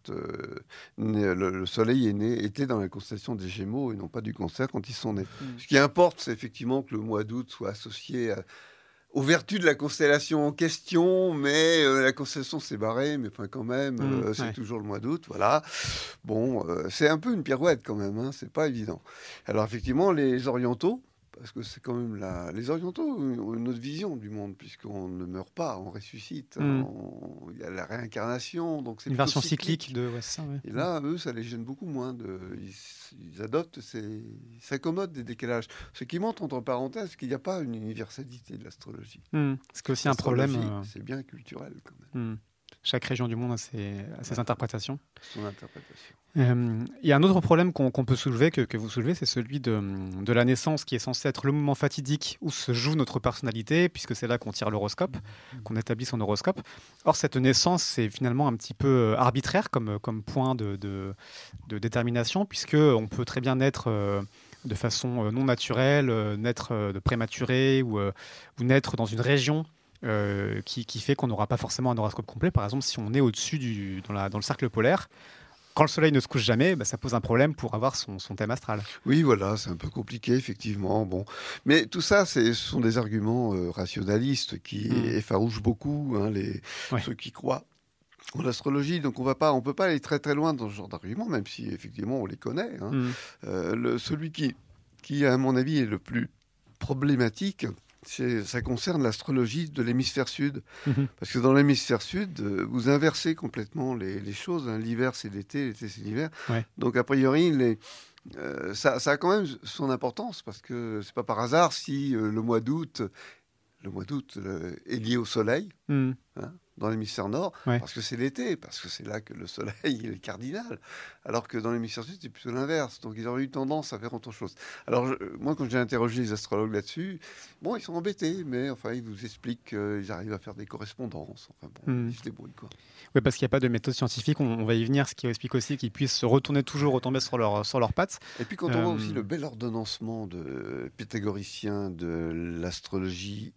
le Soleil était dans la constellation des Gémeaux et non pas du Cancer quand ils sont nés. Ce qui importe, c'est effectivement que le mois d'août soit associé aux vertus de la constellation en question, mais la constellation s'est barrée, mais enfin quand même, c'est toujours le mois d'août, voilà. Bon, c'est un peu une pirouette quand même, hein, c'est pas évident. Alors effectivement, les orientaux, parce que c'est quand même les orientaux ont une autre vision du monde, puisqu'on ne meurt pas, on ressuscite, il y a la réincarnation, donc c'est une version cyclique de ça. Ouais. Et là, eux, ça les gêne beaucoup moins. Ils adoptent, s'accommodent des décalages. Ce qui montre, entre parenthèses, qu'il n'y a pas une universalité de l'astrologie. C'est aussi un problème. C'est bien culturel quand même. Chaque région du monde a ses interprétations. Son interprétation. Il y a un autre problème qu'on peut soulever, que vous soulevez, c'est celui de la naissance, qui est censé être le moment fatidique où se joue notre personnalité, puisque c'est là qu'on tire l'horoscope, qu'on établit son horoscope. Or, cette naissance, c'est finalement un petit peu arbitraire comme point de détermination, puisqu'on peut très bien naître de façon non naturelle, naître de prématuré ou naître dans une région qui fait qu'on n'aura pas forcément un horoscope complet. Par exemple, si on est au-dessus dans le cercle polaire, quand le soleil ne se couche jamais, ça pose un problème pour avoir son thème astral. Oui, voilà, c'est un peu compliqué, effectivement. Bon. Mais tout ça, ce sont des arguments rationalistes qui effarouchent beaucoup ceux qui croient en l'astrologie. Donc on ne peut pas aller très très loin dans ce genre d'arguments, même si effectivement on les connaît. Hein. Celui qui, à mon avis, est le plus problématique, ça concerne l'astrologie de l'hémisphère sud. Parce que dans l'hémisphère sud, vous inversez complètement les choses. Hein. L'hiver, c'est l'été c'est l'hiver. Ouais. Donc, a priori, ça a quand même son importance, parce que c'est pas par hasard si le mois d'août est lié au soleil. Hein. dans l'hémisphère nord, Ouais. parce que c'est l'été, parce que c'est là que le soleil est cardinal, alors que dans l'hémisphère sud, c'est plutôt l'inverse. Donc ils auraient eu tendance à faire autre chose. Alors moi, quand j'ai interrogé les astrologues là-dessus, bon, ils sont embêtés, mais enfin, ils vous expliquent qu'ils arrivent à faire des correspondances. Enfin bon, ils se débrouillent, quoi. Oui, parce qu'il n'y a pas de méthode scientifique, on va y venir, ce qui explique aussi qu'ils puissent se retourner toujours, retomber sur leurs pattes. Et puis quand on voit aussi le bel ordonnancement pythagoricien de l'astrologie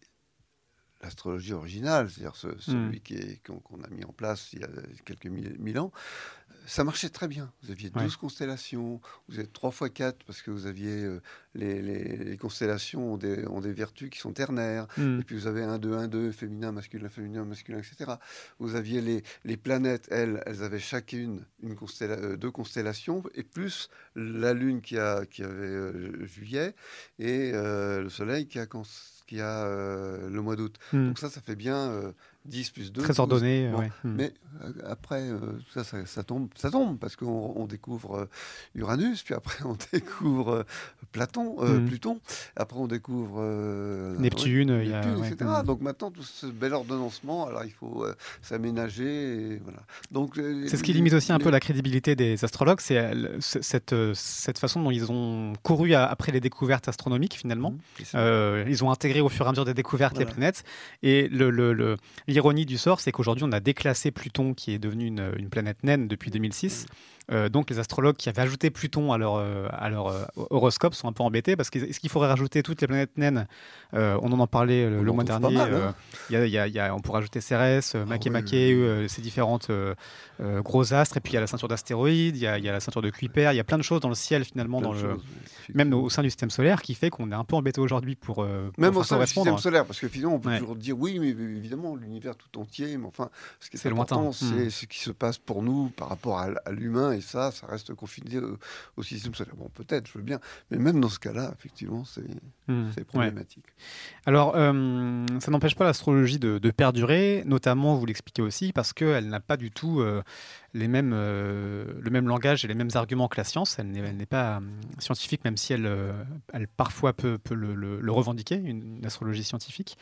originale, c'est-à-dire celui qu'on a mis en place il y a quelques mille ans, ça marchait très bien. Vous aviez 12 constellations, vous êtes 3 x 4 parce que vous aviez les constellations ont des vertus qui sont ternaires, et puis vous avez 1-2-1-2, féminin, masculin, etc. Vous aviez les planètes, elles avaient chacune deux constellations, et plus la Lune qui avait juillet, et le Soleil qui a le mois d'août. Donc ça fait bien 10 plus 2. Très ordonné. Bon. Ouais. Mais après, ça tombe parce qu'on découvre Uranus, puis après on découvre Pluton, après on découvre Neptune, etc. Donc maintenant, tout ce bel ordonnancement, alors il faut s'aménager. Voilà. Donc, c'est ce qui limite aussi un peu la crédibilité des astrologues, c'est cette façon dont ils ont couru après les découvertes astronomiques, finalement. Ils ont intégré au fur et à mesure des découvertes les planètes. Et l'ironie du sort, c'est qu'aujourd'hui, on a déclassé Pluton, qui est devenu une planète naine depuis 2006. Donc les astrologues qui avaient ajouté Pluton à leur horoscope sont un peu embêtés, parce qu'est-ce qu'il faudrait rajouter toutes les planètes naines? On en parlait le mois dernier. On pourrait rajouter Cérès, Makemake, ces différentes gros astres, et puis il y a la ceinture d'astéroïdes, il y a la ceinture de Kuiper, il y a plein de choses dans le ciel finalement, même au sein du système solaire, qui fait qu'on est un peu embêté aujourd'hui pour même au sein du système solaire, parce que finalement on peut toujours dire oui, mais évidemment l'univers tout entier, mais enfin ce qui est important, c'est ce qui se passe pour nous par rapport à l'humain, et ça reste confiné au système solaire. Bon, peut-être, je veux bien, mais même dans ce cas-là, effectivement, c'est problématique. Alors, ça n'empêche pas l'astrologie de perdurer, notamment, vous l'expliquez aussi, parce qu'elle n'a pas du tout le même langage et les mêmes arguments que la science. Elle n'est pas scientifique, même si elle parfois peut le revendiquer, une astrologie scientifique.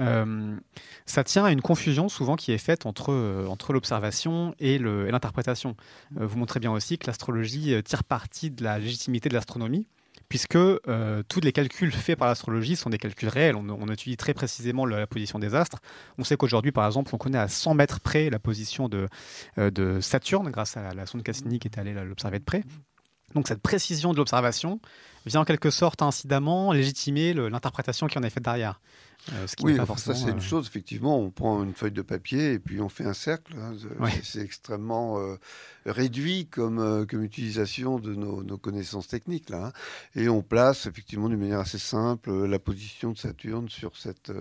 Ça tient à une confusion souvent qui est faite entre l'observation et l'interprétation. Vous montrez bien aussi que l'astrologie tire parti de la légitimité de l'astronomie, puisque tous les calculs faits par l'astrologie sont des calculs réels. On étudie très précisément la position des astres. On sait qu'aujourd'hui, par exemple, on connaît à 100 mètres près la position de Saturne, grâce à la sonde Cassini qui est allée l'observer de près. Donc cette précision de l'observation vient en quelque sorte incidemment légitimer l'interprétation qui en est faite derrière. Ça c'est une chose, effectivement, on prend une feuille de papier et puis on fait un cercle. C'est extrêmement réduit comme utilisation de nos connaissances techniques, là. Et on place effectivement d'une manière assez simple la position de Saturne sur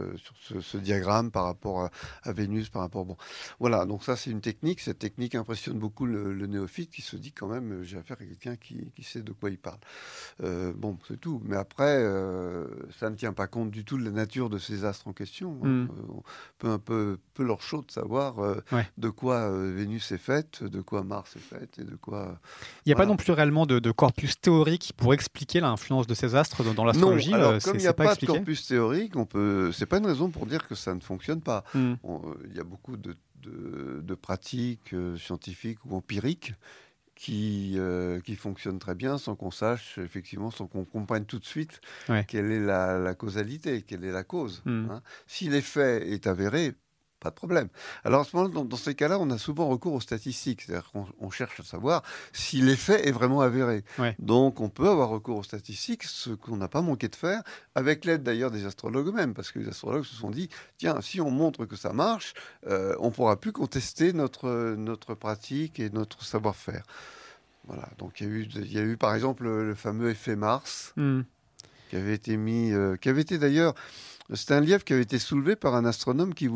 ce diagramme par rapport à Vénus, par rapport... Bon. Voilà, donc ça c'est une technique. Cette technique impressionne beaucoup le néophyte qui se dit quand même, j'ai affaire à quelqu'un qui sait de quoi il parle. Bon, c'est tout. Mais après, ça ne tient pas compte du tout de la nature de ces astres en question. Un peu leur chaud de savoir de quoi Vénus est faite, de quoi Mars est faite et de quoi... Il n'y a pas non plus réellement de corpus théorique pour expliquer l'influence de ces astres dans l'astrologie. Non, alors comme il n'y a pas de corpus théorique, c'est pas une raison pour dire que ça ne fonctionne pas. Il y a beaucoup de pratiques scientifiques ou empiriques qui fonctionne très bien sans qu'on sache, effectivement, sans qu'on comprenne tout de suite quelle est la causalité, quelle est la cause. Si l'effet est avéré, pas de problème. Alors à ce moment-là, dans ces cas-là, on a souvent recours aux statistiques. C'est-à-dire qu'on cherche à savoir si l'effet est vraiment avéré. Donc on peut avoir recours aux statistiques, ce qu'on n'a pas manqué de faire, avec l'aide d'ailleurs des astrologues eux-mêmes, parce que les astrologues se sont dit, tiens, si on montre que ça marche, on ne pourra plus contester notre pratique et notre savoir-faire. Voilà. Donc il y a eu par exemple le fameux effet Mars, qui avait été d'ailleurs... C'était un lièvre qui avait été soulevé par un astronome qui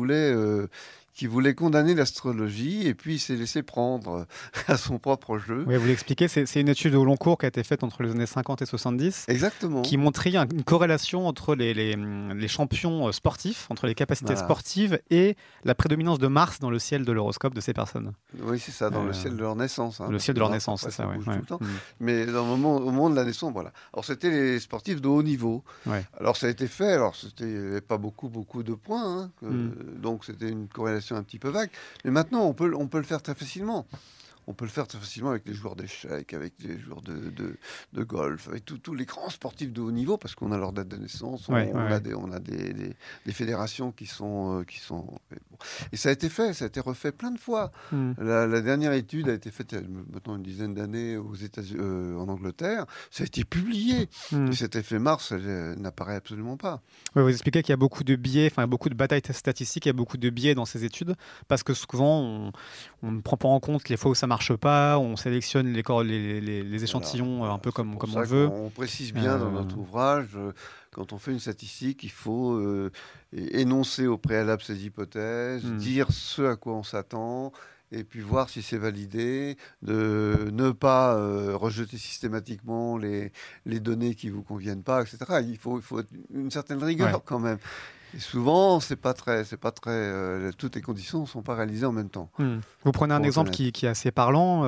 voulait condamner l'astrologie, et puis il s'est laissé prendre à son propre jeu. Oui, vous l'expliquez, c'est une étude au long cours qui a été faite entre les années 50 et 70. Exactement. Qui montrait une corrélation entre les champions sportifs, entre les capacités sportives et la prédominance de Mars dans le ciel de l'horoscope de ces personnes. Oui, c'est ça, dans le ciel de leur naissance. Le ciel de leur naissance, c'est ça, bouge tout le temps. Mais au moment de la naissance, voilà. Alors c'était les sportifs de haut niveau. Alors ça a été fait, il n'y avait pas beaucoup de points. Donc c'était une corrélation expression un petit peu vague. Mais maintenant, on peut le faire très facilement. On peut le faire très facilement avec les joueurs d'échecs, avec les joueurs de golf, avec tous les grands sportifs de haut niveau, parce qu'on a leur date de naissance, on a des fédérations qui sont bon. Et ça a été fait, ça a été refait plein de fois. La dernière étude a été faite il y a maintenant une dizaine d'années aux États-Unis, en Angleterre. Ça a été publié. Et cet effet Mars n'apparaît absolument pas. Vous expliquez qu'il y a beaucoup de biais, beaucoup de batailles statistiques, il y a beaucoup de biais dans ces études, parce que souvent on ne prend pas en compte les fois où ça marche pas, on sélectionne les échantillons un peu comme on veut. On précise bien dans notre ouvrage, quand on fait une statistique, il faut énoncer au préalable ses hypothèses, dire ce à quoi on s'attend, et puis voir si c'est validé, de ne pas rejeter systématiquement les données qui ne vous conviennent pas, etc. Il faut une certaine rigueur quand même. Et souvent, c'est pas très, toutes les conditions ne sont pas réalisées en même temps. Vous prenez un exemple qui est assez parlant.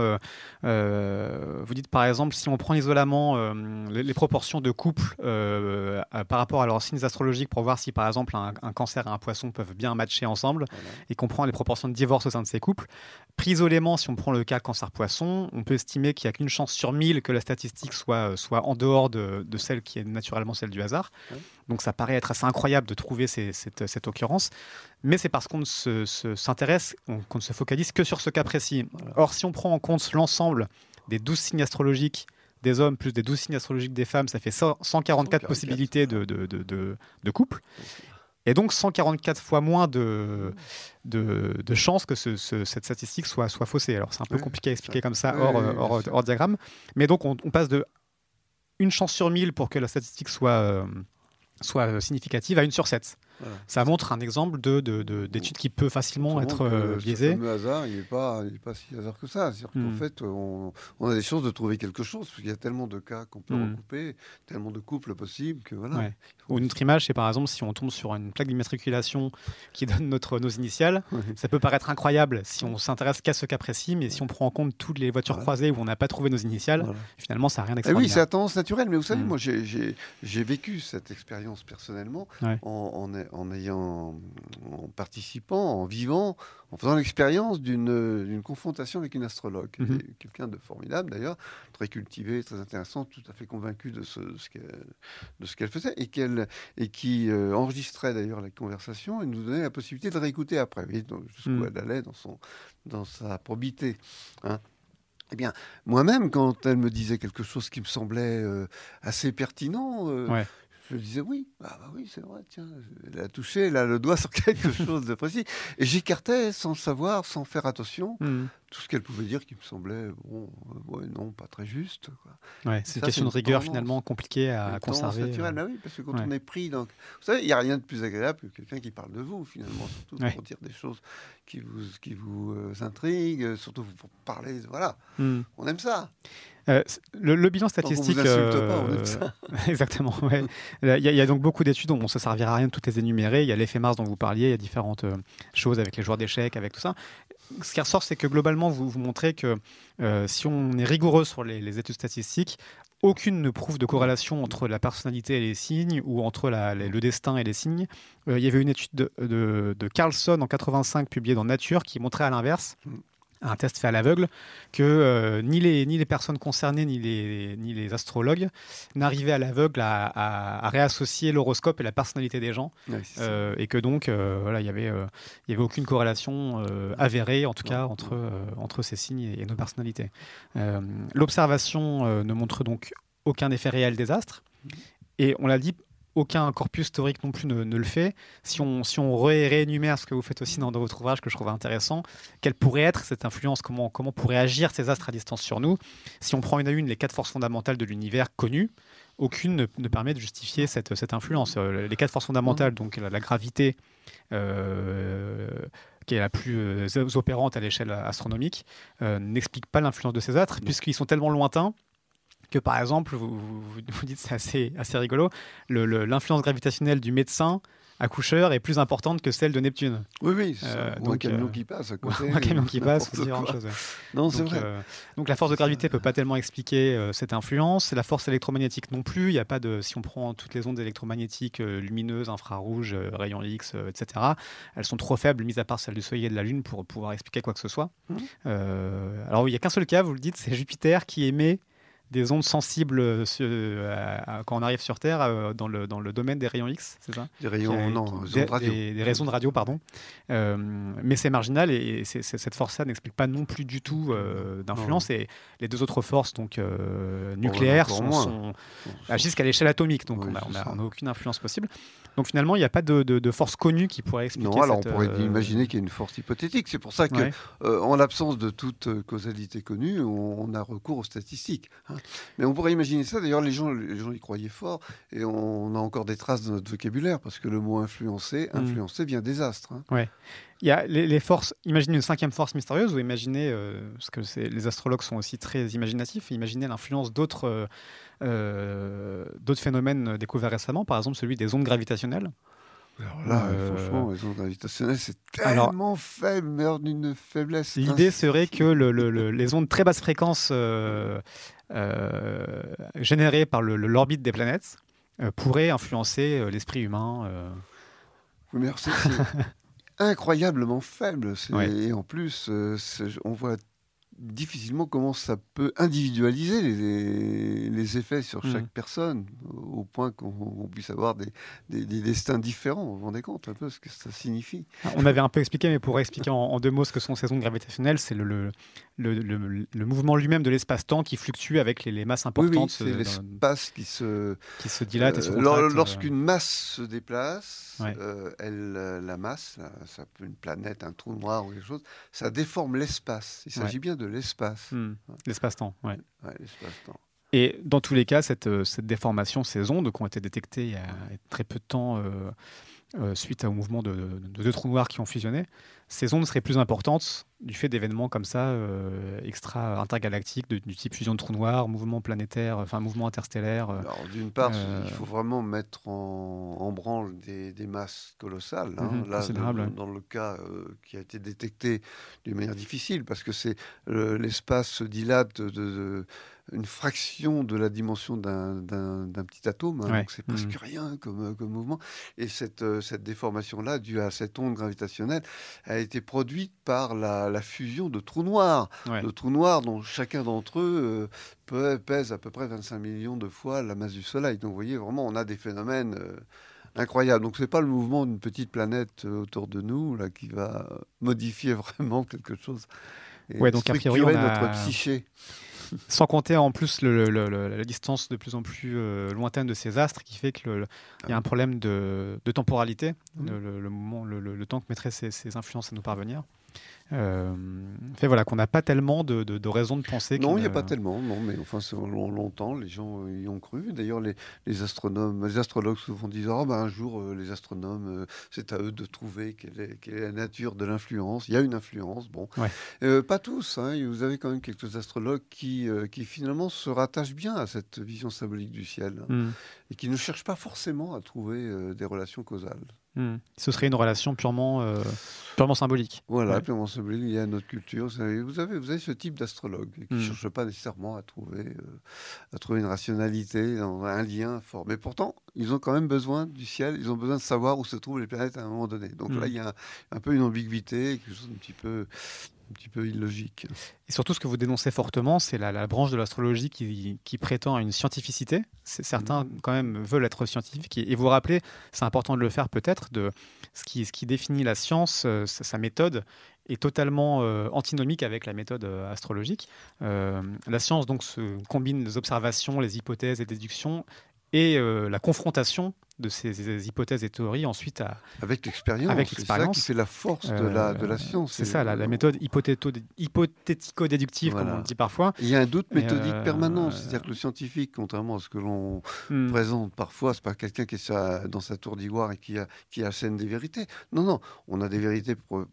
Vous dites par exemple, si on prend isolément les proportions de couples par rapport à leurs signes astrologiques pour voir si par exemple un cancer et un poisson peuvent bien matcher ensemble, et qu'on prend les proportions de divorce au sein de ces couples, pris isolément, si on prend le cas cancer-poisson, on peut estimer qu'il n'y a qu'une chance sur 1000 que la statistique soit en dehors de celle qui est naturellement celle du hasard. Donc ça paraît être assez incroyable de trouver cette occurrence, mais c'est parce qu'on ne s'intéresse, qu'on ne se focalise que sur ce cas précis. Or, si on prend en compte l'ensemble des 12 signes astrologiques des hommes plus des 12 signes astrologiques des femmes, ça fait 144 possibilités de couple. Et donc 144 fois moins de chances que cette statistique soit faussée. Alors c'est un peu compliqué à expliquer comme ça hors diagramme, mais donc on passe de une chance sur 1000 pour que la statistique soit significative à 1 sur 7. Voilà. Ça montre un exemple d'étude qui peut facilement être biaisée. Le fameux hasard, il n'est pas si hasard que ça. C'est-à-dire qu'en fait, on a des chances de trouver quelque chose, parce qu'il y a tellement de cas qu'on peut recouper, tellement de couples possibles que voilà. Ouais. Ou une autre image, c'est par exemple si on tombe sur une plaque d'immatriculation qui donne nos initiales, ça peut paraître incroyable si on s'intéresse qu'à ce cas précis, mais si on prend en compte toutes les voitures croisées où on n'a pas trouvé nos initiales, finalement, ça n'a rien d'extraordinaire. Oui, c'est la tendance naturelle, mais vous savez, moi, j'ai vécu cette expérience personnellement en participant, en vivant, en faisant l'expérience d'une confrontation avec une astrologue, quelqu'un de formidable d'ailleurs, très cultivé, très intéressant, tout à fait convaincu de ce qu'elle faisait, et qui enregistrait d'ailleurs la conversation et nous donnait la possibilité de réécouter après, vous voyez, jusqu'où elle allait dans sa probité. Hein. Eh bien, moi-même, quand elle me disait quelque chose qui me semblait assez pertinent, je disais oui, oui, c'est vrai, tiens, elle a touché là, le doigt sur quelque chose de précis. Et j'écartais sans le savoir, sans faire attention, tout ce qu'elle pouvait dire qui me semblait, non, pas très juste. Quoi. Ouais, c'est une question de rigueur finalement compliquée à conserver. Oui, parce que quand on est pris dans... Vous savez, il n'y a rien de plus agréable que quelqu'un qui parle de vous, finalement, surtout pour dire des choses qui vous intriguent, surtout pour parler, voilà. On aime ça. Le bilan statistique... On vous insulte pas, on aime ça. Exactement, ouais. Il y a donc beaucoup d'études, ça ne servira à rien de toutes les énumérer. Il y a l'effet Mars dont vous parliez, il y a différentes choses avec les joueurs d'échecs, avec tout ça. Ce qui ressort, c'est que globalement, vous montrez que si on est rigoureux sur les études statistiques, aucune ne prouve de corrélation entre la personnalité et les signes ou entre le destin et les signes. Il y avait une étude de Carlson en 85 publiée dans Nature qui montrait à l'inverse, un test fait à l'aveugle, que ni les personnes concernées ni les astrologues n'arrivaient à l'aveugle à réassocier l'horoscope et la personnalité des gens, et que donc il y avait aucune corrélation avérée en tout cas entre ces signes et nos personnalités. L'observation ne montre donc aucun effet réel des astres, et on l'a dit, aucun corpus théorique non plus ne le fait. Si on réénumère ce que vous faites aussi dans votre ouvrage, que je trouve intéressant, quelle pourrait être cette influence, comment pourraient agir ces astres à distance sur nous? Si on prend une à une les 4 forces fondamentales de l'univers connues, aucune ne permet de justifier cette influence. Les 4 forces fondamentales, donc la gravité, qui est la plus opérante à l'échelle astronomique, n'explique pas l'influence de ces astres, puisqu'ils sont tellement lointains que par exemple, vous dites, c'est assez rigolo, l'influence gravitationnelle du médecin accoucheur est plus importante que celle de Neptune. Oui, un camion qui passe à côté. Un camion qui passe, c'est différentes choses. Non, c'est vrai. Donc la force de gravité ne peut pas tellement expliquer cette influence. La force électromagnétique non plus. Il y a pas de, si on prend toutes les ondes électromagnétiques lumineuses, infrarouges, rayons X, etc., elles sont trop faibles, mis à part celles du Soleil et de la Lune, pour pouvoir expliquer quoi que ce soit. Alors oui, il n'y a qu'un seul cas, vous le dites, c'est Jupiter qui émet des ondes sensibles quand on arrive sur Terre dans le domaine des rayons X, c'est ça? Des rayons, des rayons de radio, pardon. Mais c'est marginal et cette force-là n'explique pas non plus du tout d'influence. Et les deux autres forces, donc nucléaires, agissent qu'à l'échelle atomique, donc on n'a aucune influence possible. Donc finalement, il n'y a pas de force connue qui pourrait expliquer. Non, alors on pourrait imaginer qu'il y a une force hypothétique. C'est pour ça que, en l'absence de toute causalité connue, on a recours aux statistiques. Mais on pourrait imaginer ça. D'ailleurs, les gens y croyaient fort, et on a encore des traces dans notre vocabulaire parce que le mot influencer vient des astres. Ouais. Il y a les forces. Imaginez une cinquième force mystérieuse, ou imaginez, parce que les astrologues sont aussi très imaginatifs, imaginez l'influence d'autres phénomènes découverts récemment, par exemple celui des ondes gravitationnelles. Alors là, franchement, les ondes gravitationnelles, c'est tellement faible, mais d'une faiblesse. L'idée serait que les ondes très basse fréquence générées par l'orbite des planètes pourraient influencer l'esprit humain. Oui, mais c'est incroyablement faible. Et en plus, on voit difficilement comment ça peut individualiser les effets sur chaque personne, au point qu'on puisse avoir des destins différents. Vous vous rendez compte un peu ce que ça signifie? On avait un peu expliqué, mais pour expliquer en deux mots ce que sont ces ondes gravitationnelles, c'est le mouvement lui-même de l'espace-temps qui fluctue avec les masses importantes. Oui, c'est l'espace qui se dilate et se contracte. Lorsqu'une masse se déplace, la masse, ça peut une planète, un trou noir ou quelque chose, ça déforme l'espace. Il s'agit bien de l'espace. L'espace-temps, l'espace-temps. Et dans tous les cas, cette déformation, ces ondes qui ont été détectées il y a très peu de temps suite au mouvement de deux trous noirs qui ont fusionné, ces ondes seraient plus importantes du fait d'événements comme ça, extra-intergalactiques, du type fusion de trous noirs, mouvement planétaire, enfin mouvement interstellaire. Alors, d'une part, il faut vraiment mettre en branle des masses colossales. Là, dans le cas qui a été détecté d'une manière difficile, parce que l'espace se dilate une fraction de la dimension d'un petit atome, donc c'est presque rien comme mouvement. Et cette déformation-là, due à cette onde gravitationnelle, a été produite par la fusion de trous noirs. De trous noirs dont chacun d'entre eux pèse à peu près 25 millions de fois la masse du Soleil. Donc vous voyez, vraiment, on a des phénomènes incroyables. Donc ce n'est pas le mouvement d'une petite planète autour de nous là, qui va modifier vraiment quelque chose. Et donc a priori, on a notre psyché. Sans compter en plus la distance de plus en plus lointaine de ces astres, qui fait qu'il y a un problème de temporalité, le temps que mettraient ces influences à nous parvenir. Fait qu'on n'a pas tellement de raisons de penser. Non, il n'y a pas tellement. Non, mais enfin, longtemps, les gens y ont cru. D'ailleurs, les astrologues souvent disent un jour, les astronomes, c'est à eux de trouver quelle est la nature de l'influence. Il y a une influence. Bon, pas tous. Vous avez quand même quelques astrologues qui finalement se rattachent bien à cette vision symbolique du ciel et qui ne cherchent pas forcément à trouver des relations causales. Ce serait une relation purement symbolique. Voilà, purement symbolique, il y a notre culture. Vous avez ce type d'astrologue qui ne cherche pas nécessairement à trouver une rationalité, un lien fort. Mais pourtant, ils ont quand même besoin du ciel, ils ont besoin de savoir où se trouvent les planètes à un moment donné. Donc là, il y a un peu une ambiguïté, quelque chose d'un petit peu illogique. Et surtout, ce que vous dénoncez fortement, c'est la branche de l'astrologie qui prétend à une scientificité. Certains, quand même, veulent être scientifiques. Et vous rappelez, c'est important de le faire peut-être, de ce qui définit la science, sa méthode, est totalement antinomique avec la méthode astrologique. La science, donc, se combine les observations, les hypothèses et déductions, et la confrontation de ces hypothèses et théories ensuite avec l'expérience. C'est ça qui fait la force de la science. C'est ça, la méthode hypothético-déductive, comme on le dit parfois. Il y a un doute méthodique permanent. C'est-à-dire que le scientifique, contrairement à ce que l'on présente parfois, c'est pas quelqu'un qui est dans sa tour d'ivoire et qui assène des vérités. Non, on a des vérités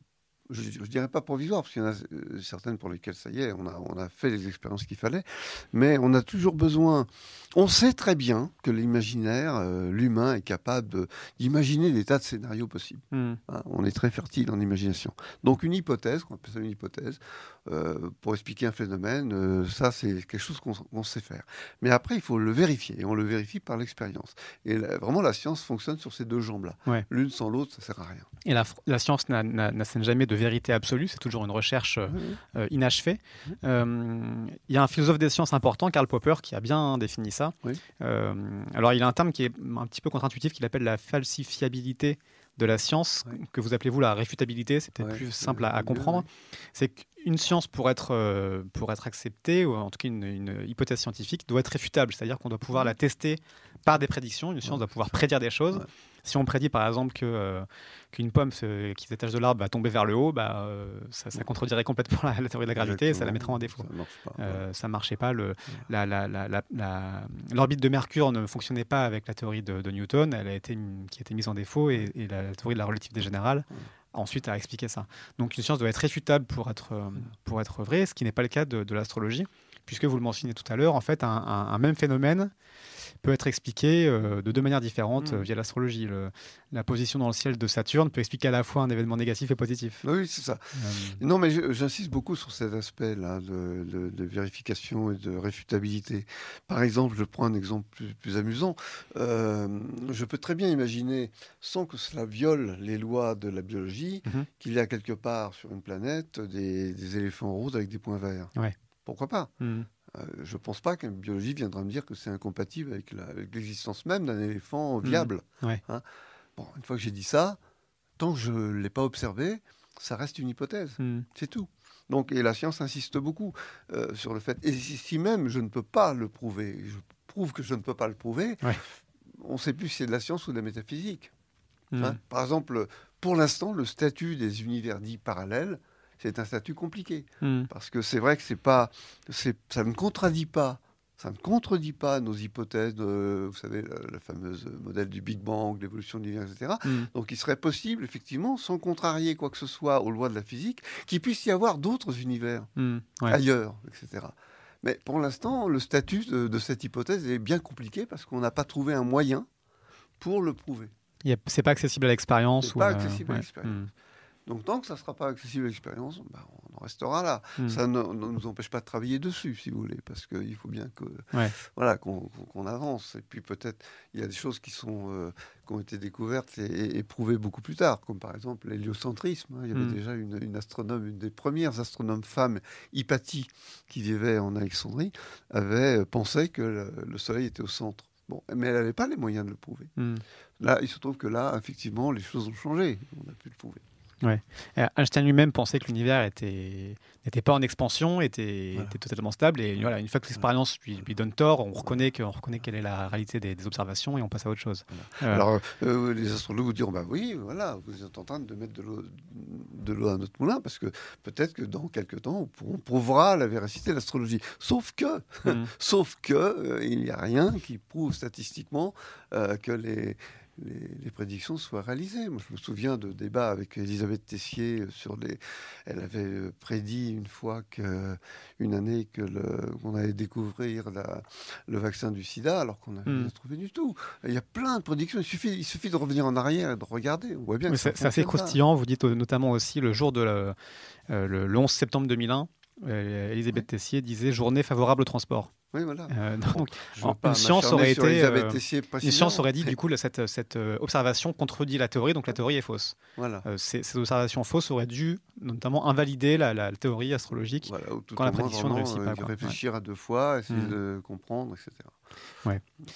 je ne dirais pas provisoire, parce qu'il y en a certaines pour lesquelles, ça y est, on a fait les expériences qu'il fallait, mais on a toujours besoin... On sait très bien que l'imaginaire, l'humain est capable d'imaginer des tas de scénarios possibles. Hein, on est très fertile en imagination. Donc une hypothèse, on appelle ça une hypothèse, pour expliquer un phénomène, ça c'est quelque chose qu'on sait faire. Mais après, il faut le vérifier, et on le vérifie par l'expérience. Et vraiment, la science fonctionne sur ces deux jambes-là. Ouais. L'une sans l'autre, ça ne sert à rien. Et la science n'assène jamais de vérité absolue, c'est toujours une recherche inachevée. Il y a un philosophe des sciences important, Karl Popper, qui a bien défini ça. Oui. Alors, il a un terme qui est un petit peu contre-intuitif, qu'il appelle la falsifiabilité de la science, que vous appelez vous la réfutabilité, c'est peut-être plus simple à comprendre. C'est qu'une science, pour être acceptée, ou en tout cas une hypothèse scientifique, doit être réfutable, c'est-à-dire qu'on doit pouvoir la tester par des prédictions. Une science doit pouvoir prédire des choses. Si on prédit par exemple qu'une pomme qui se détache de l'arbre va tomber vers le haut, ça contredirait complètement la théorie de la gravité. Exactement. Et ça la mettrait en défaut. Ça ne marchait pas. L'orbite de Mercure ne fonctionnait pas avec la théorie de Newton, qui a été mise en défaut, et la théorie de la relativité générale ensuite a expliqué ça. Donc une science doit être réfutable pour être vraie, ce qui n'est pas le cas de l'astrologie, puisque vous le mentionnez tout à l'heure, en fait, un même phénomène peut être expliqué de deux manières différentes via l'astrologie. La position dans le ciel de Saturne peut expliquer à la fois un événement négatif et positif. Oui, c'est ça. Non, mais j'insiste beaucoup sur cet aspect-là de vérification et de réfutabilité. Par exemple, je prends un exemple plus amusant. Je peux très bien imaginer, sans que cela viole les lois de la biologie, qu'il y a quelque part sur une planète des éléphants roses avec des points verts. Ouais. Pourquoi pas ? Je ne pense pas qu'une biologie viendra me dire que c'est incompatible avec l'existence même d'un éléphant viable. Hein. Bon, une fois que j'ai dit ça, tant que je ne l'ai pas observé, ça reste une hypothèse. C'est tout. Donc, et la science insiste beaucoup sur le fait. Et si même je ne peux pas le prouver, je prouve que je ne peux pas le prouver, on ne sait plus si c'est de la science ou de la métaphysique. Hein. Par exemple, pour l'instant, le statut des univers dits parallèles, c'est un statut compliqué, parce que c'est vrai que ça ne contredit pas nos hypothèses, vous savez, le fameux modèle du Big Bang, l'évolution de l'univers, etc. Donc il serait possible, effectivement, sans contrarier quoi que ce soit aux lois de la physique, qu'il puisse y avoir d'autres univers ailleurs, etc. Mais pour l'instant, le statut de cette hypothèse est bien compliqué, parce qu'on n'a pas trouvé un moyen pour le prouver. C'est pas accessible à l'expérience. C'est pas accessible à l'expérience. Donc, tant que ça ne sera pas accessible à l'expérience, on en restera là. Ça ne nous empêche pas de travailler dessus, si vous voulez, parce qu'il faut bien qu'on avance. Et puis, peut-être, il y a des choses qui ont été découvertes et prouvées beaucoup plus tard, comme par exemple l'héliocentrisme. Il y avait déjà une astronome, une des premières astronomes femmes, Hypatie, qui vivait en Alexandrie, avait pensé que le Soleil était au centre. Bon, mais elle n'avait pas les moyens de le prouver. Là, il se trouve que là, effectivement, les choses ont changé. On a pu le prouver. Ouais. Einstein lui-même pensait que l'univers n'était pas en expansion, était totalement stable. Et voilà, une fois que l'expérience lui donne tort, on reconnaît quelle est la réalité des observations et on passe à autre chose. Alors, les astrologues vous diront, oui, voilà, vous êtes en train de mettre de l'eau à notre moulin, parce que peut-être que dans quelques temps, on prouvera la véracité de l'astrologie. Sauf que il n'y a rien qui prouve statistiquement que les prédictions soient réalisées. Moi, je me souviens de débats avec Elisabeth Tessier elle avait prédit une fois une année qu'on allait découvrir le vaccin du sida, alors qu'on n'avait rien trouvé du tout. Il y a plein de prédictions. Il suffit de revenir en arrière et de regarder. On voit bien que c'est assez croustillant. Vous dites notamment aussi le jour le 11 septembre 2001, Elisabeth Tessier disait « journée favorable au transport ». Oui, voilà. Donc, une science aurait dit, du coup, cette observation contredit la théorie, donc la théorie est fausse. Voilà. Ces observations fausses auraient dû notamment invalider la théorie astrologique quand la prédiction ne réussit pas. Réfléchir à deux fois, essayer de comprendre, etc. Ouais.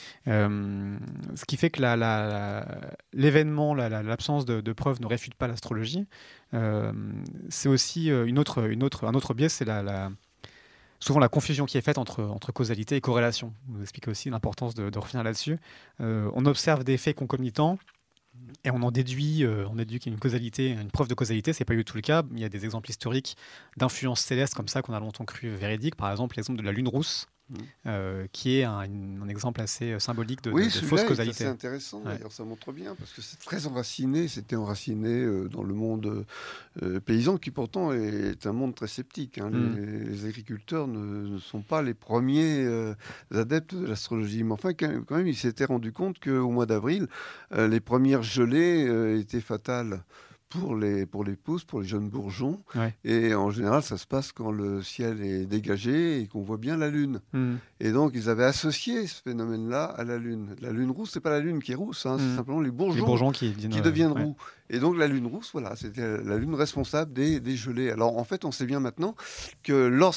Ce qui fait que l'événement, l'absence de preuves ne réfute pas l'astrologie. C'est aussi un autre biais, c'est souvent la confusion qui est faite entre causalité et corrélation. Vous expliquez aussi l'importance de revenir là-dessus. On observe des faits concomitants et on déduit qu'il y a une causalité, une preuve de causalité. C'est pas du tout le cas. Il y a des exemples historiques d'influences célestes comme ça qu'on a longtemps cru véridiques. Par exemple, l'exemple de la lune rousse. qui est un exemple assez symbolique de fausse causalité. C'est intéressant, d'ailleurs, ça montre bien, parce que c'est très enraciné, c'était enraciné dans le monde paysan, qui pourtant est un monde très sceptique. Les agriculteurs ne sont pas les premiers adeptes de l'astrologie. Mais enfin, quand même, ils s'étaient rendus compte qu'au mois d'avril, les premières gelées étaient fatales pour les pousses, pour les jeunes bourgeons. Et en général, ça se passe quand le ciel est dégagé et qu'on voit bien la lune. Et donc, ils avaient associé ce phénomène-là à la lune. La lune rousse, c'est pas la lune qui est rousse, c'est simplement les bourgeons qui deviennent roux. Et donc, la lune rousse, voilà, c'était la lune responsable des gelées. Alors, en fait, on sait bien maintenant que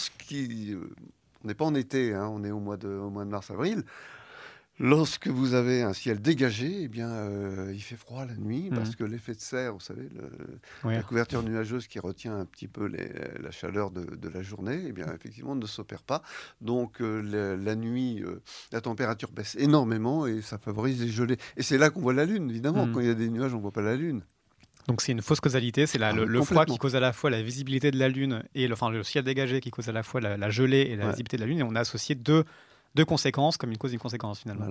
on n'est pas en été, on est au mois de mars-avril. Lorsque vous avez un ciel dégagé, il fait froid la nuit parce que l'effet de serre, vous savez, la couverture nuageuse qui retient un petit peu la chaleur de la journée, effectivement, ne s'opère pas. Donc, la nuit, la température baisse énormément et ça favorise les gelées. Et c'est là qu'on voit la Lune, évidemment. Quand il y a des nuages, on ne voit pas la Lune. Donc c'est une fausse causalité, c'est le froid qui cause à la fois la visibilité de la Lune et le ciel dégagé qui cause à la fois la gelée et la visibilité de la Lune. Et on a associé deux conséquences comme une cause et une conséquence finalement.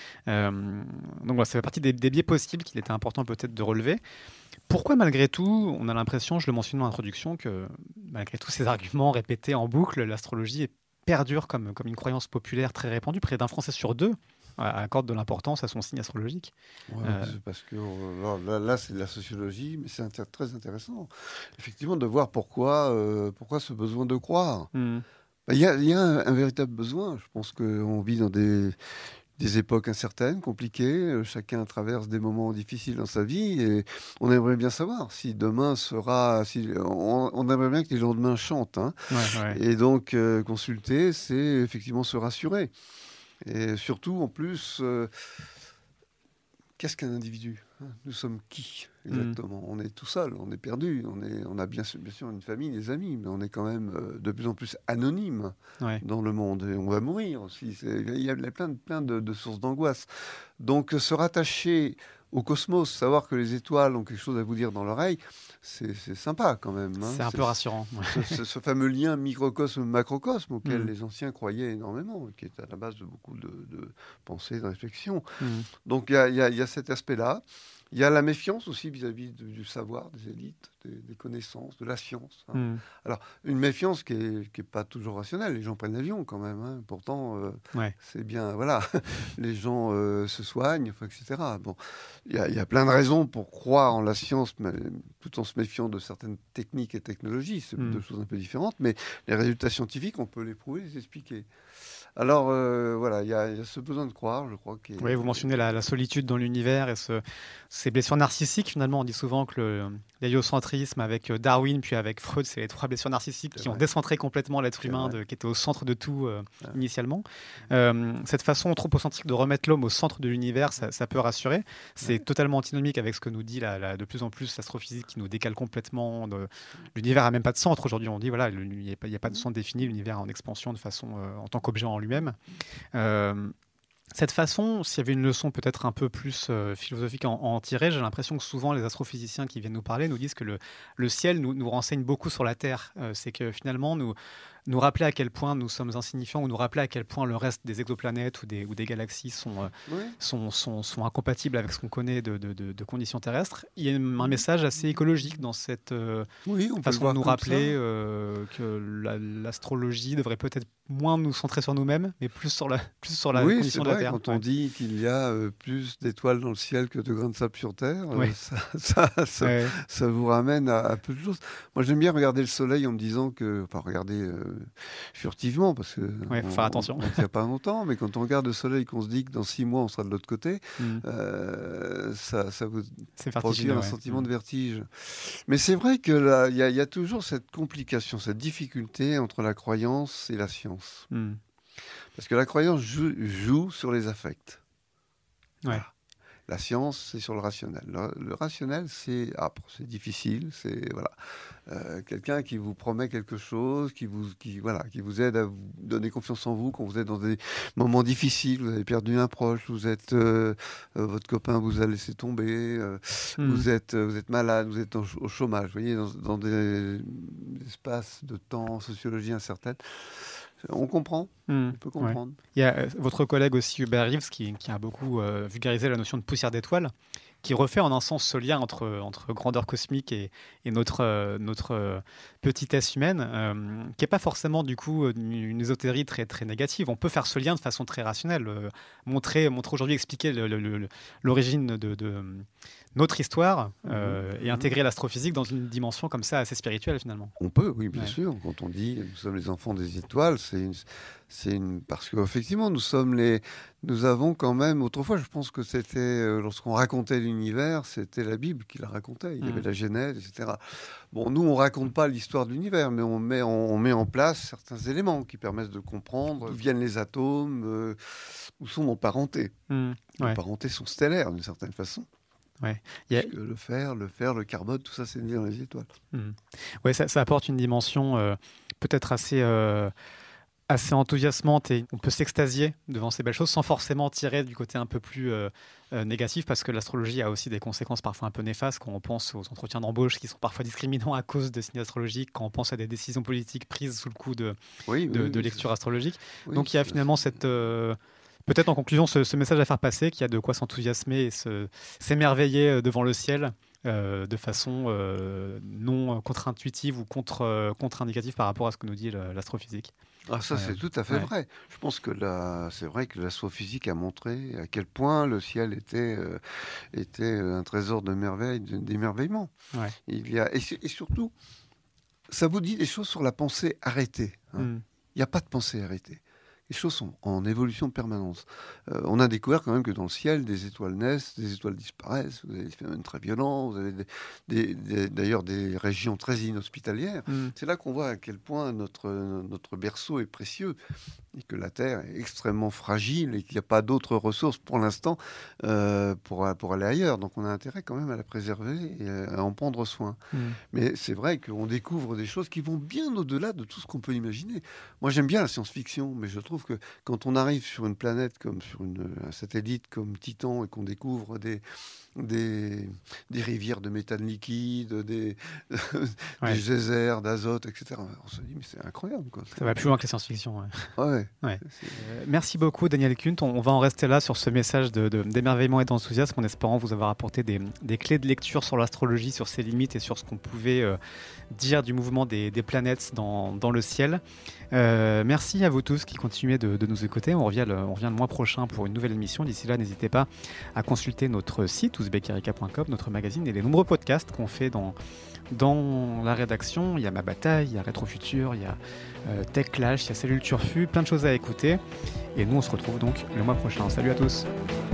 Donc voilà, ça fait partie des biais possibles qu'il était important peut-être de relever. Pourquoi malgré tout, on a l'impression, je le mentionne dans l'introduction, que malgré tous ces arguments répétés en boucle, l'astrologie perdure comme une croyance populaire très répandue, près d'un Français sur deux accorde de l'importance à son signe astrologique. C'est parce que là c'est de la sociologie, mais c'est très intéressant effectivement de voir pourquoi ce besoin de croire. Il y a un véritable besoin. Je pense qu'on vit dans des époques incertaines, compliquées. Chacun traverse des moments difficiles dans sa vie et on aimerait bien savoir si demain sera... on aimerait bien que les lendemains chantent. Et donc, consulter, c'est effectivement se rassurer. Et surtout, en plus... Qu'est-ce qu'un individu ? Nous sommes qui exactement ? On est tout seul, on est perdu, on a bien sûr une famille, des amis, mais on est quand même de plus en plus anonyme dans le monde. Et on va mourir aussi. Il y a plein de sources d'angoisse. Donc se rattacher au cosmos, savoir que les étoiles ont quelque chose à vous dire dans l'oreille, c'est sympa quand même. C'est un peu rassurant. Ce fameux lien microcosme-macrocosme auquel les anciens croyaient énormément, qui est à la base de beaucoup de pensées, de réflexions. Donc il y a cet aspect-là. Il y a la méfiance aussi vis-à-vis du savoir, des élites, des connaissances, de la science. Alors, une méfiance qui est pas toujours rationnelle. Les gens prennent l'avion quand même. Pourtant, c'est bien, voilà. Les gens se soignent, etc. Bon, il y a plein de raisons pour croire en la science, mais, tout en se méfiant de certaines techniques et technologies. C'est deux choses un peu différentes. Mais les résultats scientifiques, on peut les prouver, les expliquer. Alors, voilà, il y a ce besoin de croire, je crois. Oui, vous mentionnez la solitude dans l'univers et ces blessures narcissiques. Finalement, on dit souvent que l'héliocentrisme avec Darwin, puis avec Freud, c'est les trois blessures narcissiques qui ont décentré complètement l'être humain, qui était au centre de tout initialement. Cette façon anthropocentrique de remettre l'homme au centre de l'univers, ça peut rassurer. C'est totalement antinomique avec ce que nous dit de plus en plus l'astrophysique qui nous décale complètement. L'univers n'a même pas de centre aujourd'hui. On dit, voilà, il n'y a pas de centre défini, l'univers est en expansion de façon en tant qu'objet en lui-même. Cette façon, s'il y avait une leçon peut-être un peu plus philosophique à en tirer, j'ai l'impression que souvent les astrophysiciens qui viennent nous parler nous disent que le ciel nous renseigne beaucoup sur la Terre. C'est que finalement, nous rappeler à quel point nous sommes insignifiants ou nous rappeler à quel point le reste des exoplanètes ou des galaxies sont incompatibles avec ce qu'on connaît de conditions terrestres. Il y a un message assez écologique dans cette façon de nous rappeler que l'astrologie devrait peut-être moins nous centrer sur nous-mêmes, mais plus sur la condition de la Terre. Quand on dit qu'il y a plus d'étoiles dans le ciel que de grains de sable sur Terre, ça vous ramène à peu de choses. Moi, j'aime bien regarder le soleil en me disant que... Enfin, regarder furtivement, parce que faut faire attention. On ne tient pas longtemps, mais quand on regarde le soleil, qu'on se dit que dans 6 mois, on sera de l'autre côté, ça vous procure un sentiment de vertige. Mais c'est vrai qu'il y a toujours cette complication, cette difficulté entre la croyance et la science. Parce que la croyance joue sur les affects. Voilà. La science, c'est sur le rationnel. Le rationnel, c'est âpre, c'est difficile. C'est quelqu'un qui vous promet quelque chose, qui vous aide à vous donner confiance en vous quand vous êtes dans des moments difficiles. Vous avez perdu un proche, votre copain vous a laissé tomber, vous êtes malade, vous êtes au chômage. Vous voyez, dans des espaces de temps, sociologie incertaine. On comprend, on peut comprendre. Ouais. Il y a votre collègue aussi, Hubert Reeves, qui a beaucoup vulgarisé la notion de poussière d'étoiles, qui refait en un sens ce lien entre grandeur cosmique et notre petitesse humaine, qui n'est pas forcément du coup une ésotérie très, très négative. On peut faire ce lien de façon très rationnelle, montrer aujourd'hui, expliquer l'origine de notre histoire et intégrer l'astrophysique dans une dimension comme ça assez spirituelle finalement. On peut, oui, bien sûr. Quand on dit nous sommes les enfants des étoiles, parce qu'effectivement nous avons quand même, autrefois je pense que c'était, lorsqu'on racontait l'univers, c'était la Bible qui la racontait, il y avait la Genèse, etc. Bon, nous on raconte pas l'histoire de l'univers, mais on met en place certains éléments qui permettent de comprendre d'où viennent les atomes, où sont nos parentés. Les parentés sont stellaires d'une certaine façon. Ouais. Le fer, le carbone, tout ça, c'est né dans les étoiles. Ouais, ça apporte une dimension peut-être assez enthousiasmante et on peut s'extasier devant ces belles choses sans forcément tirer du côté un peu plus négatif parce que l'astrologie a aussi des conséquences parfois un peu néfastes quand on pense aux entretiens d'embauche qui sont parfois discriminants à cause de signes astrologiques, quand on pense à des décisions politiques prises sous le coup de lecture astrologique. Donc il y a finalement cette... Peut-être en conclusion, ce message à faire passer, qu'il y a de quoi s'enthousiasmer et s'émerveiller devant le ciel de façon non contre-intuitive ou contre-indicative par rapport à ce que nous dit l'astrophysique. Ah, ça, c'est tout à fait vrai. Je pense que c'est vrai que l'astrophysique a montré à quel point le ciel était un trésor de merveille, d'émerveillement. Ouais. Et surtout, ça vous dit des choses sur la pensée arrêtée. Il n'y a pas de pensée arrêtée. Les choses sont en évolution de permanence. On a découvert quand même que dans le ciel, des étoiles naissent, des étoiles disparaissent, vous avez des phénomènes très violents, vous avez d'ailleurs des régions très inhospitalières. C'est là qu'on voit à quel point notre berceau est précieux et que la Terre est extrêmement fragile et qu'il n'y a pas d'autres ressources pour l'instant pour aller ailleurs. Donc on a intérêt quand même à la préserver et à en prendre soin. Mais c'est vrai qu'on découvre des choses qui vont bien au-delà de tout ce qu'on peut imaginer. Moi j'aime bien la science-fiction, mais je trouve que quand on arrive sur une planète comme sur un satellite comme Titan et qu'on découvre des rivières de méthane liquide, des geysers d'azote, etc. On se dit, mais c'est incroyable, quoi. Ça va plus loin que la science-fiction. Merci beaucoup, Daniel Kuhn. On va en rester là sur ce message d'émerveillement et d'enthousiasme en espérant vous avoir apporté des clés de lecture sur l'astrologie, sur ses limites et sur ce qu'on pouvait dire du mouvement des planètes dans le ciel. Merci à vous tous qui continuez de nous écouter. On revient le mois prochain pour une nouvelle émission. D'ici là, n'hésitez pas à consulter notre site ouzbekerika.com, notre magazine et les nombreux podcasts qu'on fait dans la rédaction. Il y a Ma Bataille, il y a Rétrofutur, il y a Tech Clash, il y a Cellule Turfu, plein de choses à écouter. Et nous, on se retrouve donc le mois prochain. Salut à tous.